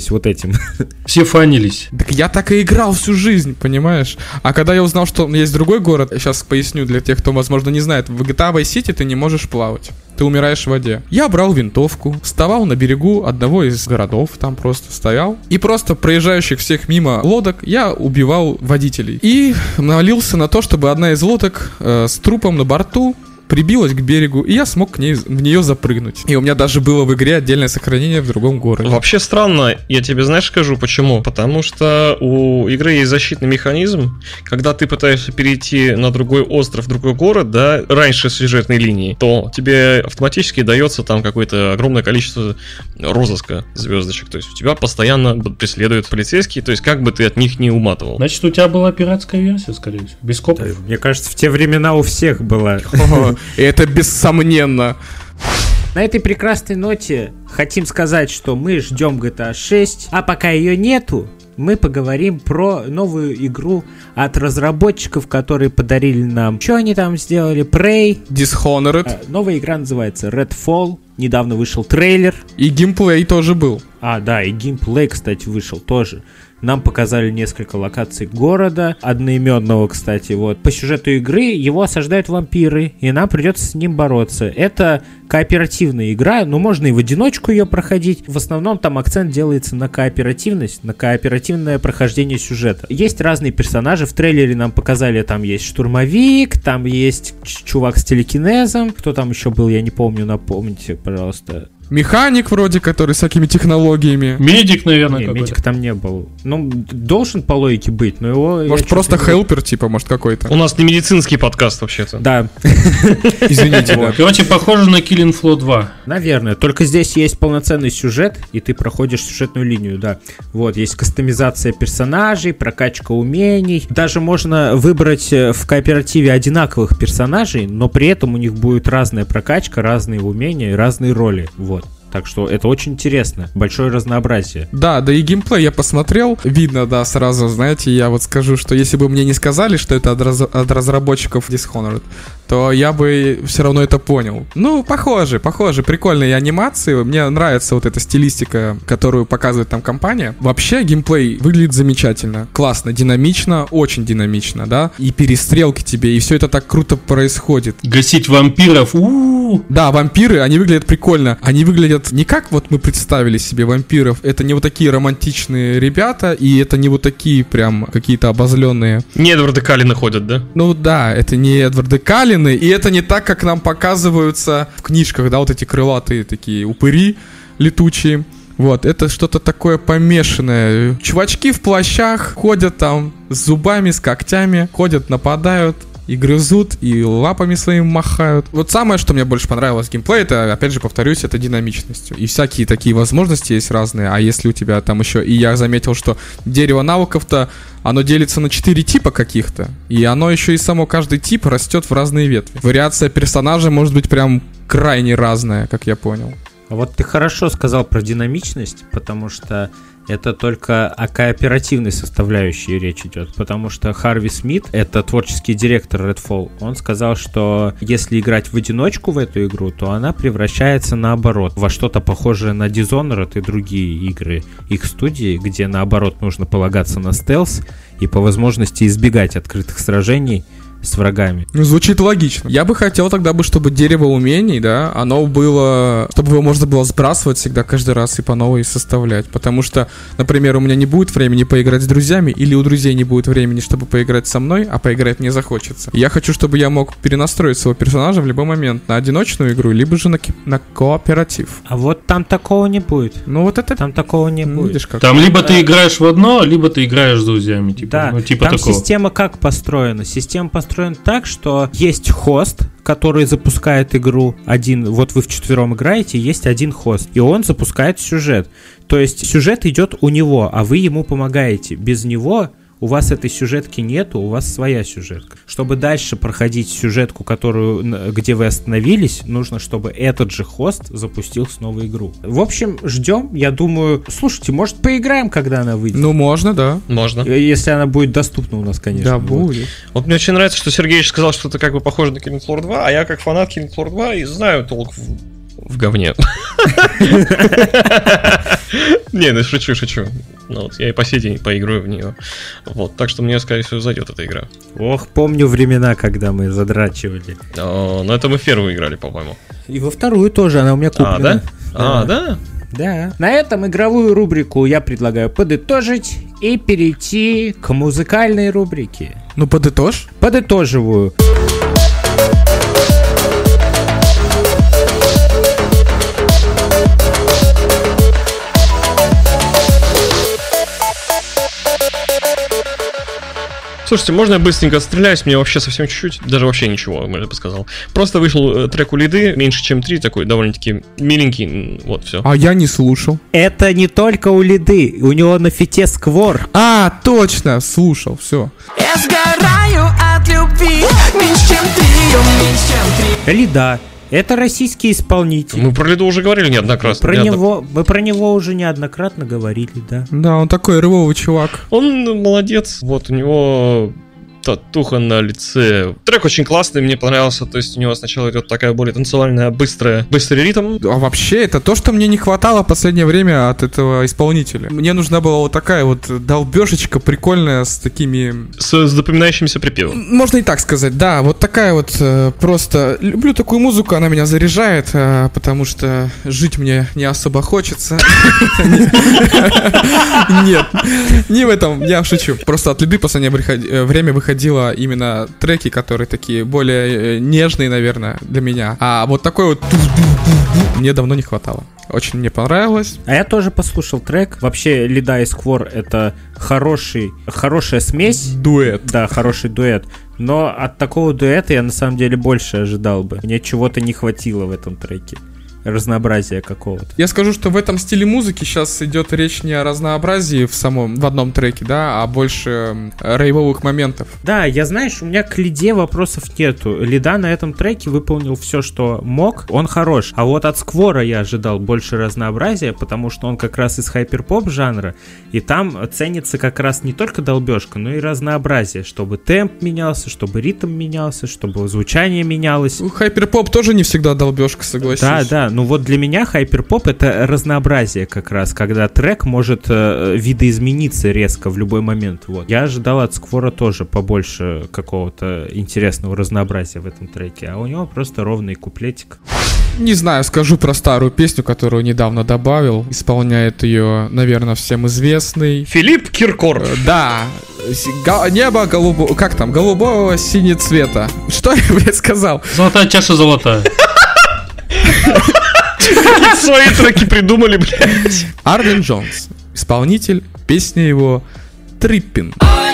пользовались вот этим. Все фанились. Так я так и играл всю жизнь, понимаешь? А когда я узнал, что есть другой город, я сейчас поясню для тех, кто, возможно, не знает, в джи ти эй Vice City ты не можешь плавать. Ты умираешь в воде. Я брал винтовку, вставал на берегу одного из городов, там просто стоял, и просто проезжающих всех мимо лодок я убивал водителей. И молился на то, чтобы одна из лодок э, с трупом на борту прибилась к берегу, и я смог к ней, в нее запрыгнуть. И у меня даже было в игре отдельное сохранение в другом городе. Вообще странно, я тебе знаешь скажу почему? Потому что у игры есть защитный механизм, когда ты пытаешься перейти на другой остров, другой город, да, раньше сюжетной линии, то тебе автоматически дается там какое-то огромное количество розыска звездочек. То есть у тебя постоянно преследуют полицейские, то есть как бы ты от них не уматывал. Значит, у тебя была пиратская версия, скорее всего, без копов. Мне кажется, в те времена у всех была. Это бессомненно. На этой прекрасной ноте хотим сказать, что мы ждем джи ти эй шесть, а пока ее нету, мы поговорим про новую игру от разработчиков, которые подарили нам... Что они там сделали? Prey. Dishonored. А, новая игра называется Redfall. Недавно вышел трейлер. И геймплей тоже был. А, да, и геймплей, кстати, вышел тоже. Нам показали несколько локаций города, одноименного, кстати, вот. По сюжету игры его осаждают вампиры, и нам придется с ним бороться. Это кооперативная игра, но можно и в одиночку ее проходить. В основном там акцент делается на кооперативность, на кооперативное прохождение сюжета. Есть разные персонажи, в трейлере нам показали, там есть штурмовик, там есть чувак с телекинезом. Кто там еще был, я не помню, напомните, пожалуйста. Механик вроде, который с всякими технологиями. Медик, наверное, Не, какой-то. медик там не был. Ну, должен по логике быть, но его... Может, просто хелпер, типа, может, какой-то. У нас не медицинский подкаст вообще-то. Да. Извините, да. Короче, похоже на Killing Floor два. Наверное. Только здесь есть полноценный сюжет, и ты проходишь сюжетную линию, да. Вот, есть кастомизация персонажей, прокачка умений. Даже можно выбрать в кооперативе одинаковых персонажей, но при этом у них будет разная прокачка, разные умения и разные роли. Вот. Так что это очень интересно. Большое разнообразие. Да, да и геймплей я посмотрел. Видно, да, сразу, знаете, я вот скажу, что если бы мне не сказали, что это от, раз, от разработчиков Dishonored, то я бы все равно это понял. Ну, похоже, похоже. Прикольные анимации. Мне нравится вот эта стилистика, которую показывает там компания. Вообще, геймплей выглядит замечательно. Классно, динамично, очень динамично, да. И перестрелки тебе, и все это так круто происходит. Гасить вампиров, у-у-у. Да, вампиры, они выглядят прикольно. Они выглядят не как вот мы представили себе вампиров. Это не вот такие романтичные ребята, и это не вот такие прям какие-то обозленные. Не Эдварда Каллина ходят, да? Ну да, это не Эдварды Каллины, и это не так, как нам показываются в книжках, да, вот эти крылатые такие упыри летучие. Вот, это что-то такое помешанное. Чувачки в плащах ходят там с зубами, с когтями, ходят, нападают. И грызут, и лапами своими махают. Вот самое, что мне больше понравилось в геймплее, это, опять же, повторюсь, это динамичностью. И всякие такие возможности есть разные. А если у тебя там еще... И я заметил, что дерево навыков-то, оно делится на четыре типа каких-то. И оно еще и само, каждый тип растет в разные ветви. Вариация персонажа может быть прям крайне разная, как я понял. А вот ты хорошо сказал про динамичность, потому что это только о кооперативной составляющей речь идет, потому что Харви Смит, это творческий директор Redfall, он сказал, что если играть в одиночку в эту игру, то она превращается наоборот во что-то похожее на Dishonored и другие игры их студии, где наоборот нужно полагаться на стелс и по возможности избегать открытых сражений с врагами. Ну, звучит логично. Я бы хотел тогда бы, чтобы дерево умений, да, оно было, чтобы его можно было сбрасывать всегда каждый раз и по новой составлять. Потому что, например, у меня не будет времени поиграть с друзьями, или у друзей не будет времени, чтобы поиграть со мной, а поиграть мне захочется. Я хочу, чтобы я мог перенастроить своего персонажа в любой момент на одиночную игру, либо же на, на кооператив. А вот там такого не будет. Ну вот это... Там такого не ну, будет. Видишь, как... Там либо ты играешь в одно, либо ты играешь с друзьями. Типа, да, ну, типа там такого. Система как построена? Система построена так, что есть хост, который запускает игру один, вот вы вчетвером играете, есть один хост, и он запускает сюжет. То есть сюжет идет у него, а вы ему помогаете. Без него у вас этой сюжетки нету, у вас своя сюжетка. Чтобы дальше проходить сюжетку, которую, где вы остановились, нужно, чтобы этот же хост запустил снова игру. В общем, ждем. Я думаю, слушайте, может, поиграем, когда она выйдет? Ну, можно, да. Можно. Если она будет доступна у нас, конечно. Да, будет. Вот мне очень нравится, что Сергеич сказал, что это как бы похоже на Killing Floor два, а я как фанат Killing Floor два и знаю толк в в говне. Не, ну шучу, шучу. Ну вот, я и по сей день поиграю в нее. Вот, так что мне, скорее всего, зайдет эта игра. Ох, помню времена, когда мы задрачивали. Но это мы в первую играли, по-моему. И во вторую тоже, она у меня куплена. А, да? А, да? Да. На этом игровую рубрику я предлагаю подытожить и перейти к музыкальной рубрике. Ну, подытожь. Подытоживаю. Слушайте, можно я быстренько отстреляюсь? Мне вообще совсем чуть-чуть, даже вообще ничего, я бы сказал. Просто вышел трек у Лиды, меньше чем три, такой довольно-таки миленький, вот, все. А я не слушал. Это не только у Лиды, у него на фите Сквор. А, точно, слушал, все. Я сгораю от любви, меньше чем три, меньше чем три. Лида. Это российский исполнитель. Мы про Лиду уже говорили неоднократно. Про неодно... него, мы про него уже неоднократно говорили, да. Да, он такой рывовый чувак. Он молодец. Вот у него татуха на лице. Трек очень классный, мне понравился. То есть у него сначала идет такая более танцевальная, быстрая, быстрый ритм. А вообще, это то, что мне не хватало в последнее время от этого исполнителя. Мне нужна была вот такая вот долбежечка прикольная с такими... С, с запоминающимся припевом. Можно и так сказать, да. Вот такая вот э, просто... Люблю такую музыку, она меня заряжает, э, потому что жить мне не особо хочется. Нет, не в этом, я шучу. Просто от Лиды в последнее время выходило именно треки, которые такие более нежные, наверное, для меня. А вот такой вот мне давно не хватало. Очень мне понравилось. А я тоже послушал трек. Вообще, Лида и Сквор — это хороший, хорошая смесь. Дуэт. Да, хороший дуэт. Но от такого дуэта я на самом деле больше ожидал бы. Мне чего-то не хватило в этом треке. Разнообразия какого-то. Я скажу, что в этом стиле музыки сейчас идет речь не о разнообразии в самом, в одном треке, да, а больше рейвовых моментов. Да, я, знаешь, у меня к Лиде вопросов нету. Лида на этом треке выполнил все, что мог, он хорош. А вот от Сквора я ожидал больше разнообразия, потому что он как раз из хайперпоп жанра, и там ценится как раз не только долбежка, но и разнообразие, чтобы темп менялся, чтобы ритм менялся, чтобы звучание менялось. Хайперпоп тоже не всегда долбежка, согласись. Да, да. Ну вот для меня хайперпоп — это разнообразие как раз, когда трек может э, видоизмениться резко в любой момент. Вот. Я ожидал от Сквора тоже побольше какого-то интересного разнообразия в этом треке, а у него просто ровный куплетик. Не знаю, скажу про старую песню, которую недавно добавил. Исполняет ее, наверное, всем известный Филипп Киркоров. Э, да. Го- небо голубого... Как там? Голубого синего цвета. Что я, блядь, сказал? Золотая чаша золотая. Свои треки придумали, блядь. Арлен Джонс. Исполнитель. Песня его «Trippin».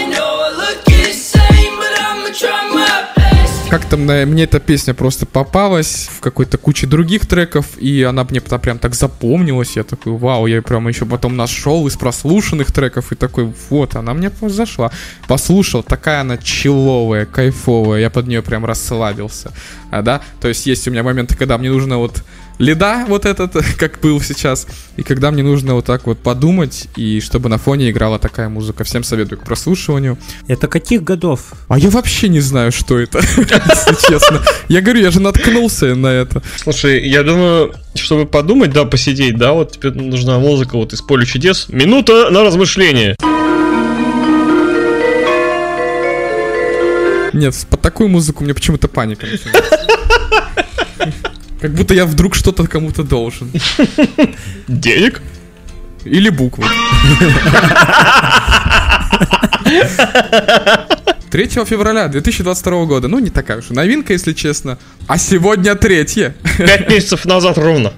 Как-то мне, мне эта песня просто попалась в какой-то куче других треков, и она мне прям так запомнилась. Я такой, вау, я прям еще потом нашел из прослушанных треков, и такой, вот, она мне зашла. Послушал, такая она чилловая, кайфовая, я под нее прям расслабился. А, да? То есть есть у меня моменты, когда мне нужно вот Лида вот этот, как был сейчас, и когда мне нужно вот так вот подумать, и чтобы на фоне играла такая музыка. Всем советую к прослушиванию. Это каких годов? А я вообще не знаю, что это, если честно. Я говорю, я же наткнулся на это. Слушай, я думаю, чтобы подумать, да, посидеть, да, вот тебе нужна музыка вот из «Поля чудес». Минута на размышление. Нет, под такую музыку мне почему-то паника начинается. Как будто я вдруг что-то кому-то должен. Денег? Или буквы. третьего февраля две тысячи двадцать второго года. Ну, не такая уж новинка, если честно. А сегодня третье. Пять месяцев назад ровно.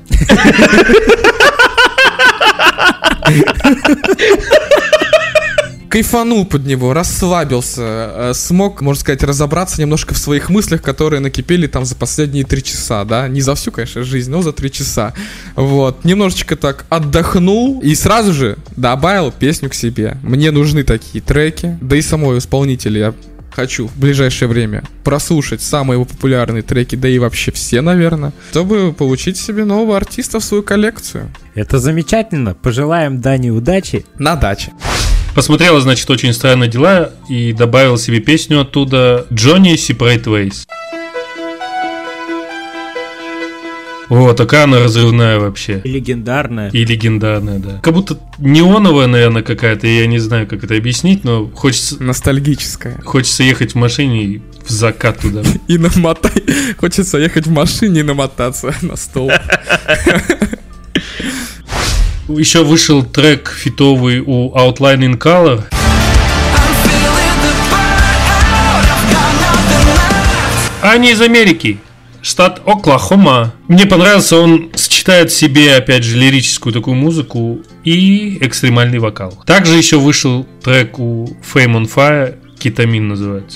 Кайфанул под него, расслабился, смог, можно сказать, разобраться немножко в своих мыслях, которые накипели там за последние три часа, да, не за всю, конечно, жизнь, но за три часа, вот, немножечко так отдохнул и сразу же добавил песню к себе. Мне нужны такие треки, да и самого исполнителя я хочу в ближайшее время прослушать самые его популярные треки, да и вообще все, наверное, чтобы получить себе нового артиста в свою коллекцию. Это замечательно, пожелаем Дане удачи. На даче. Посмотрела, значит, «Очень странные дела» и добавил себе песню оттуда «Johnny Separate Ways». О, такая она разрывная вообще. И легендарная. И легендарная, да. Как будто неоновая, наверное, какая-то, я не знаю, как это объяснить, но хочется... Ностальгическая. Хочется ехать в машине и в закат туда. И намотай. Хочется ехать в машине и намотаться на стол. Еще вышел трек фитовый у Outline in Color. Они из Америки, штат Оклахома. Мне понравился, он сочетает в себе, опять же, лирическую такую музыку и экстремальный вокал. Также еще вышел трек у Fame on Fire, Кетамин называется.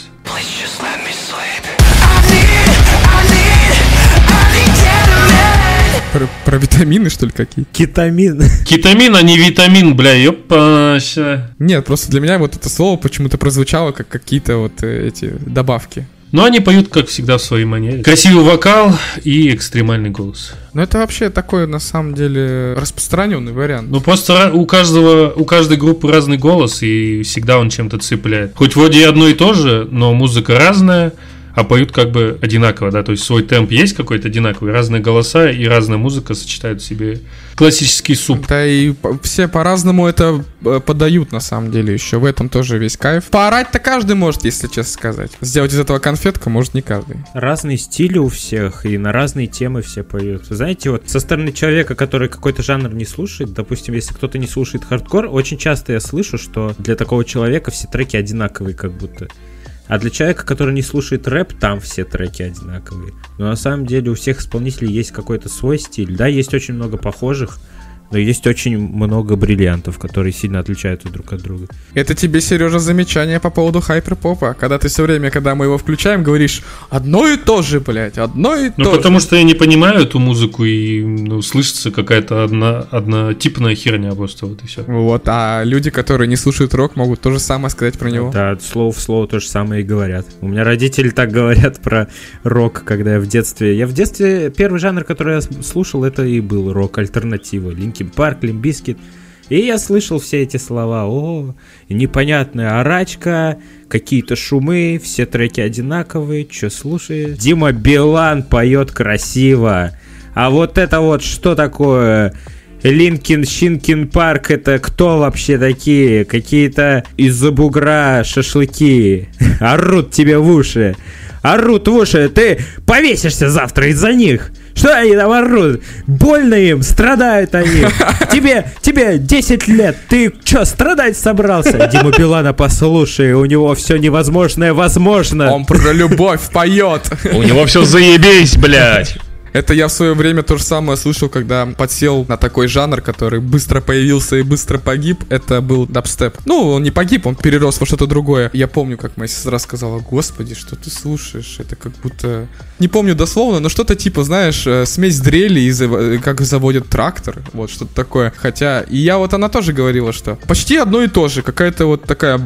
Про, про витамины, что ли, какие? Кетамин. Кетамин, а не витамин, бля, ёпа. Нет, просто для меня вот это слово почему-то прозвучало как какие-то вот э, эти добавки. Но они поют, как всегда, в своей манере. Красивый вокал и экстремальный голос. Но это вообще такой, на самом деле, распространенный вариант. Ну, просто у каждого, у каждой группы разный голос, и всегда он чем-то цепляет. Хоть вроде и одно и то же, но музыка разная, а поют как бы одинаково, да, то есть свой темп есть какой-то одинаковый, разные голоса и разная музыка сочетают в себе классический суп. Да и по- все по-разному это э, подают, на самом деле, еще в этом тоже весь кайф. Поорать-то каждый может, если честно сказать. Сделать из этого конфетку может не каждый. Разные стили у всех, и на разные темы все поют. Знаете, вот со стороны человека, который какой-то жанр не слушает, допустим, если кто-то не слушает хардкор, очень часто я слышу, что для такого человека все треки одинаковые как будто. А для человека, который не слушает рэп, там все треки одинаковые. Но на самом деле у всех исполнителей есть какой-то свой стиль. Да, есть очень много похожих, но есть очень много бриллиантов, которые сильно отличаются друг от друга. Это тебе, Сережа, замечание по поводу хайперпопа. Когда ты все время, когда мы его включаем, говоришь одно и то же, блядь, одно и Ну, то потому же. что я не понимаю эту музыку, и ну, слышится какая-то одна, однотипная херня просто, вот и все. Вот, а люди, которые не слушают рок, могут то же самое сказать про него. Да, слово в слово то же самое и говорят. У меня родители так говорят про рок, когда я в детстве... Я в детстве... Первый жанр, который я слушал, это и был рок-альтернатива. Линкин Парк, Лимп Бизкит. И я слышал все эти слова. О, непонятная орачка, какие-то шумы, все треки одинаковые. Че слушаешь? Дима Билан поет красиво. А вот это вот что такое? Линкин, Шинкин Парк, это кто вообще такие? Какие-то из-за бугра шашлыки. Орут тебе в уши. Орут в уши. Ты повесишься завтра из-за них. Что они там орут? Больно им, страдают они. Тебе, тебе десять лет, ты чё, страдать собрался? Дима Билана послушай, у него все невозможное возможно. Он про любовь поет. У него все заебись, блядь. Это я в свое время то же самое слышал, когда подсел на такой жанр, который быстро появился и быстро погиб. Это был дабстеп. Ну, он не погиб, он перерос во что-то другое. Я помню, как моя сестра сказала: господи, что ты слушаешь? Это как будто... Не помню дословно, но что-то типа, знаешь, э, смесь дрели и зав... как заводят трактор. Вот, что-то такое. Хотя, и я вот, она тоже говорила, что почти одно и то же. Какая-то вот такая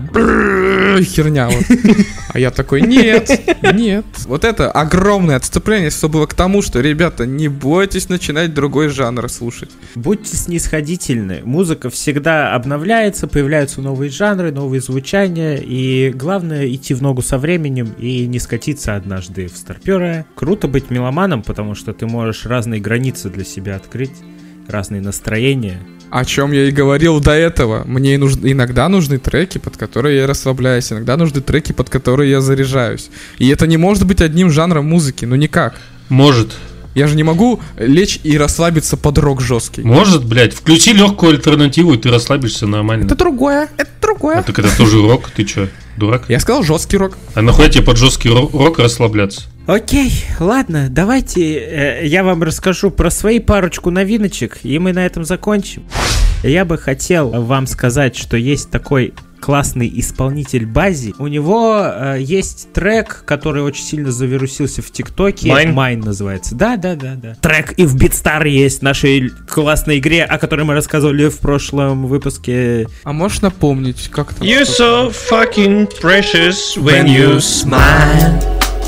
херня вот. А я такой: нет, нет. Вот это огромное отступление все было к тому, что, ребята, не бойтесь начинать другой жанр слушать. Будьте снисходительны. Музыка всегда обновляется, появляются новые жанры, новые звучания. И главное идти в ногу со временем и не скатиться однажды в старпера. Круто быть меломаном, потому что ты можешь разные границы для себя открыть, разные настроения. О чем я и говорил до этого. Мне нуж... иногда нужны треки, под которые я расслабляюсь. Иногда нужны треки, под которые я заряжаюсь. И это не может быть одним жанром музыки. Ну никак. Может. Я же не могу лечь и расслабиться под рок жесткий. Может, блядь. Включи легкую альтернативу, и ты расслабишься нормально. Это другое, это другое. А так это тоже рок, ты чё, дурак? Я сказал жесткий рок. А нахуя тебе под жесткий ро- рок расслабляться? Окей, ладно, давайте э, я вам расскажу про свои парочку новиночек, и мы на этом закончим. Я бы хотел вам сказать, что есть такой классный исполнитель Бази. У него э, есть трек, который очень сильно завирусился в ТикТоке. Mine? Mine называется. Да, да, да, да. Трек и в Beatstar есть в нашей классной игре, о которой мы рассказывали в прошлом выпуске. А можешь напомнить, как там? You're so fucking precious when you smile.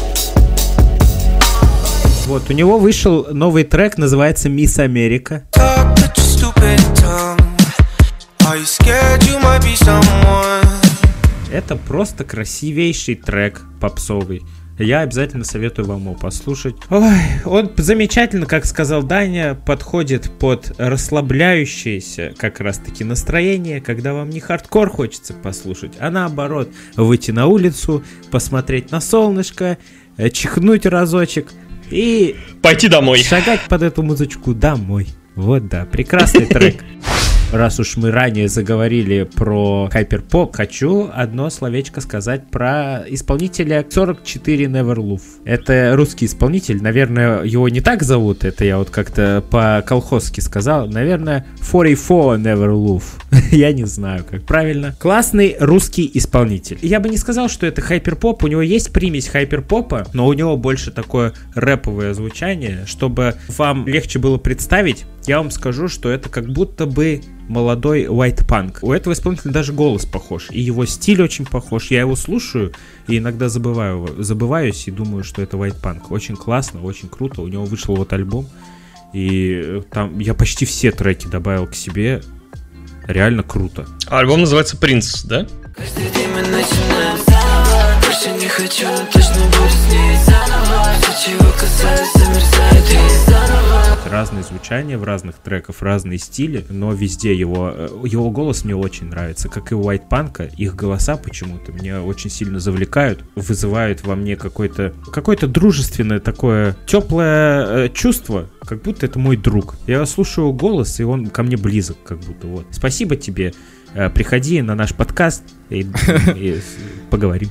Вот, у него вышел новый трек, называется «Мисс Америка». Talk with your stupid tongue. Are you scared you might be someone? Это просто красивейший трек попсовый. Я обязательно советую вам его послушать. Ой, он замечательно, как сказал Даня, подходит под расслабляющееся как раз-таки настроение, когда вам не хардкор хочется послушать, а наоборот, выйти на улицу, посмотреть на солнышко, чихнуть разочек и... Пойти домой. Шагать под эту музычку домой. Вот да, прекрасный трек. Раз уж мы ранее заговорили про хайперпоп, хочу одно словечко сказать про исполнителя сорок четыре Neverlove. Это русский исполнитель, наверное, его не так зовут, это я вот как-то по-колхозски сказал, наверное, сорок четыре Neverlove. Я не знаю, как правильно. Классный русский исполнитель. Я бы не сказал, что это хайперпоп, у него есть примесь хайперпопа, но у него больше такое рэповое звучание. Чтобы вам легче было представить, я вам скажу, что это как будто бы молодой white punk. У этого исполнителя даже голос похож, и его стиль очень похож. Я его слушаю и иногда забываю, забываюсь и думаю, что это white punk. Очень классно, очень круто. У него вышел вот альбом, и там я почти все треки добавил к себе. Реально круто. Альбом называется «Принц», да? Каждый день мы начинаем заново. Больше не хочу, но точно буду с ней заново. Все, чего касаюсь, замерзает и заново. Разные звучания в разных треках, разные стили, но везде его, его голос мне очень нравится, как и у White Punk. Их голоса почему-то меня очень сильно завлекают, вызывают во мне какое-то, какое-то дружественное такое теплое чувство, как будто это мой друг. Я слушаю его голос, и он ко мне близок, как будто вот. Спасибо тебе. Приходи на наш подкаст и, и поговорим.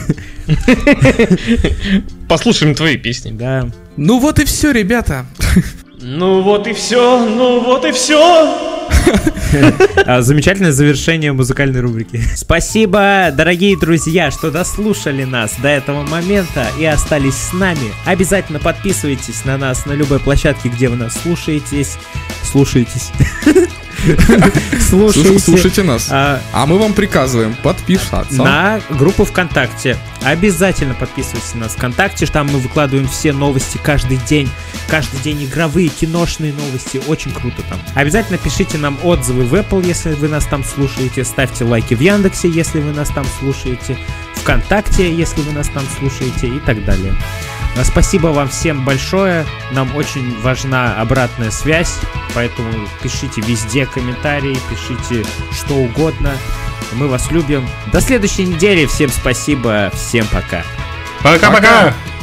Послушаем твои песни. Да. Ну вот и все, ребята. Ну вот и все, ну вот и все. Замечательное завершение музыкальной рубрики. Спасибо, дорогие друзья, что дослушали нас до этого момента и остались с нами. Обязательно подписывайтесь на нас на любой площадке, где вы нас слушаетесь. Слушаетесь. Слушайте, Слушайте нас. А, а мы вам приказываем подписаться на группу ВКонтакте. Обязательно подписывайтесь на нас ВКонтакте. Там мы выкладываем все новости каждый день. Каждый день игровые, киношные новости. Очень круто там. Обязательно пишите нам отзывы в Apple, если вы нас там слушаете. Ставьте лайки в Яндексе, если вы нас там слушаете. ВКонтакте, если вы нас там слушаете. И так далее. Спасибо вам всем большое. Нам очень важна обратная связь. Поэтому пишите везде комментарии, пишите что угодно. Мы вас любим. До следующей недели. Всем спасибо. Всем пока. Пока-пока.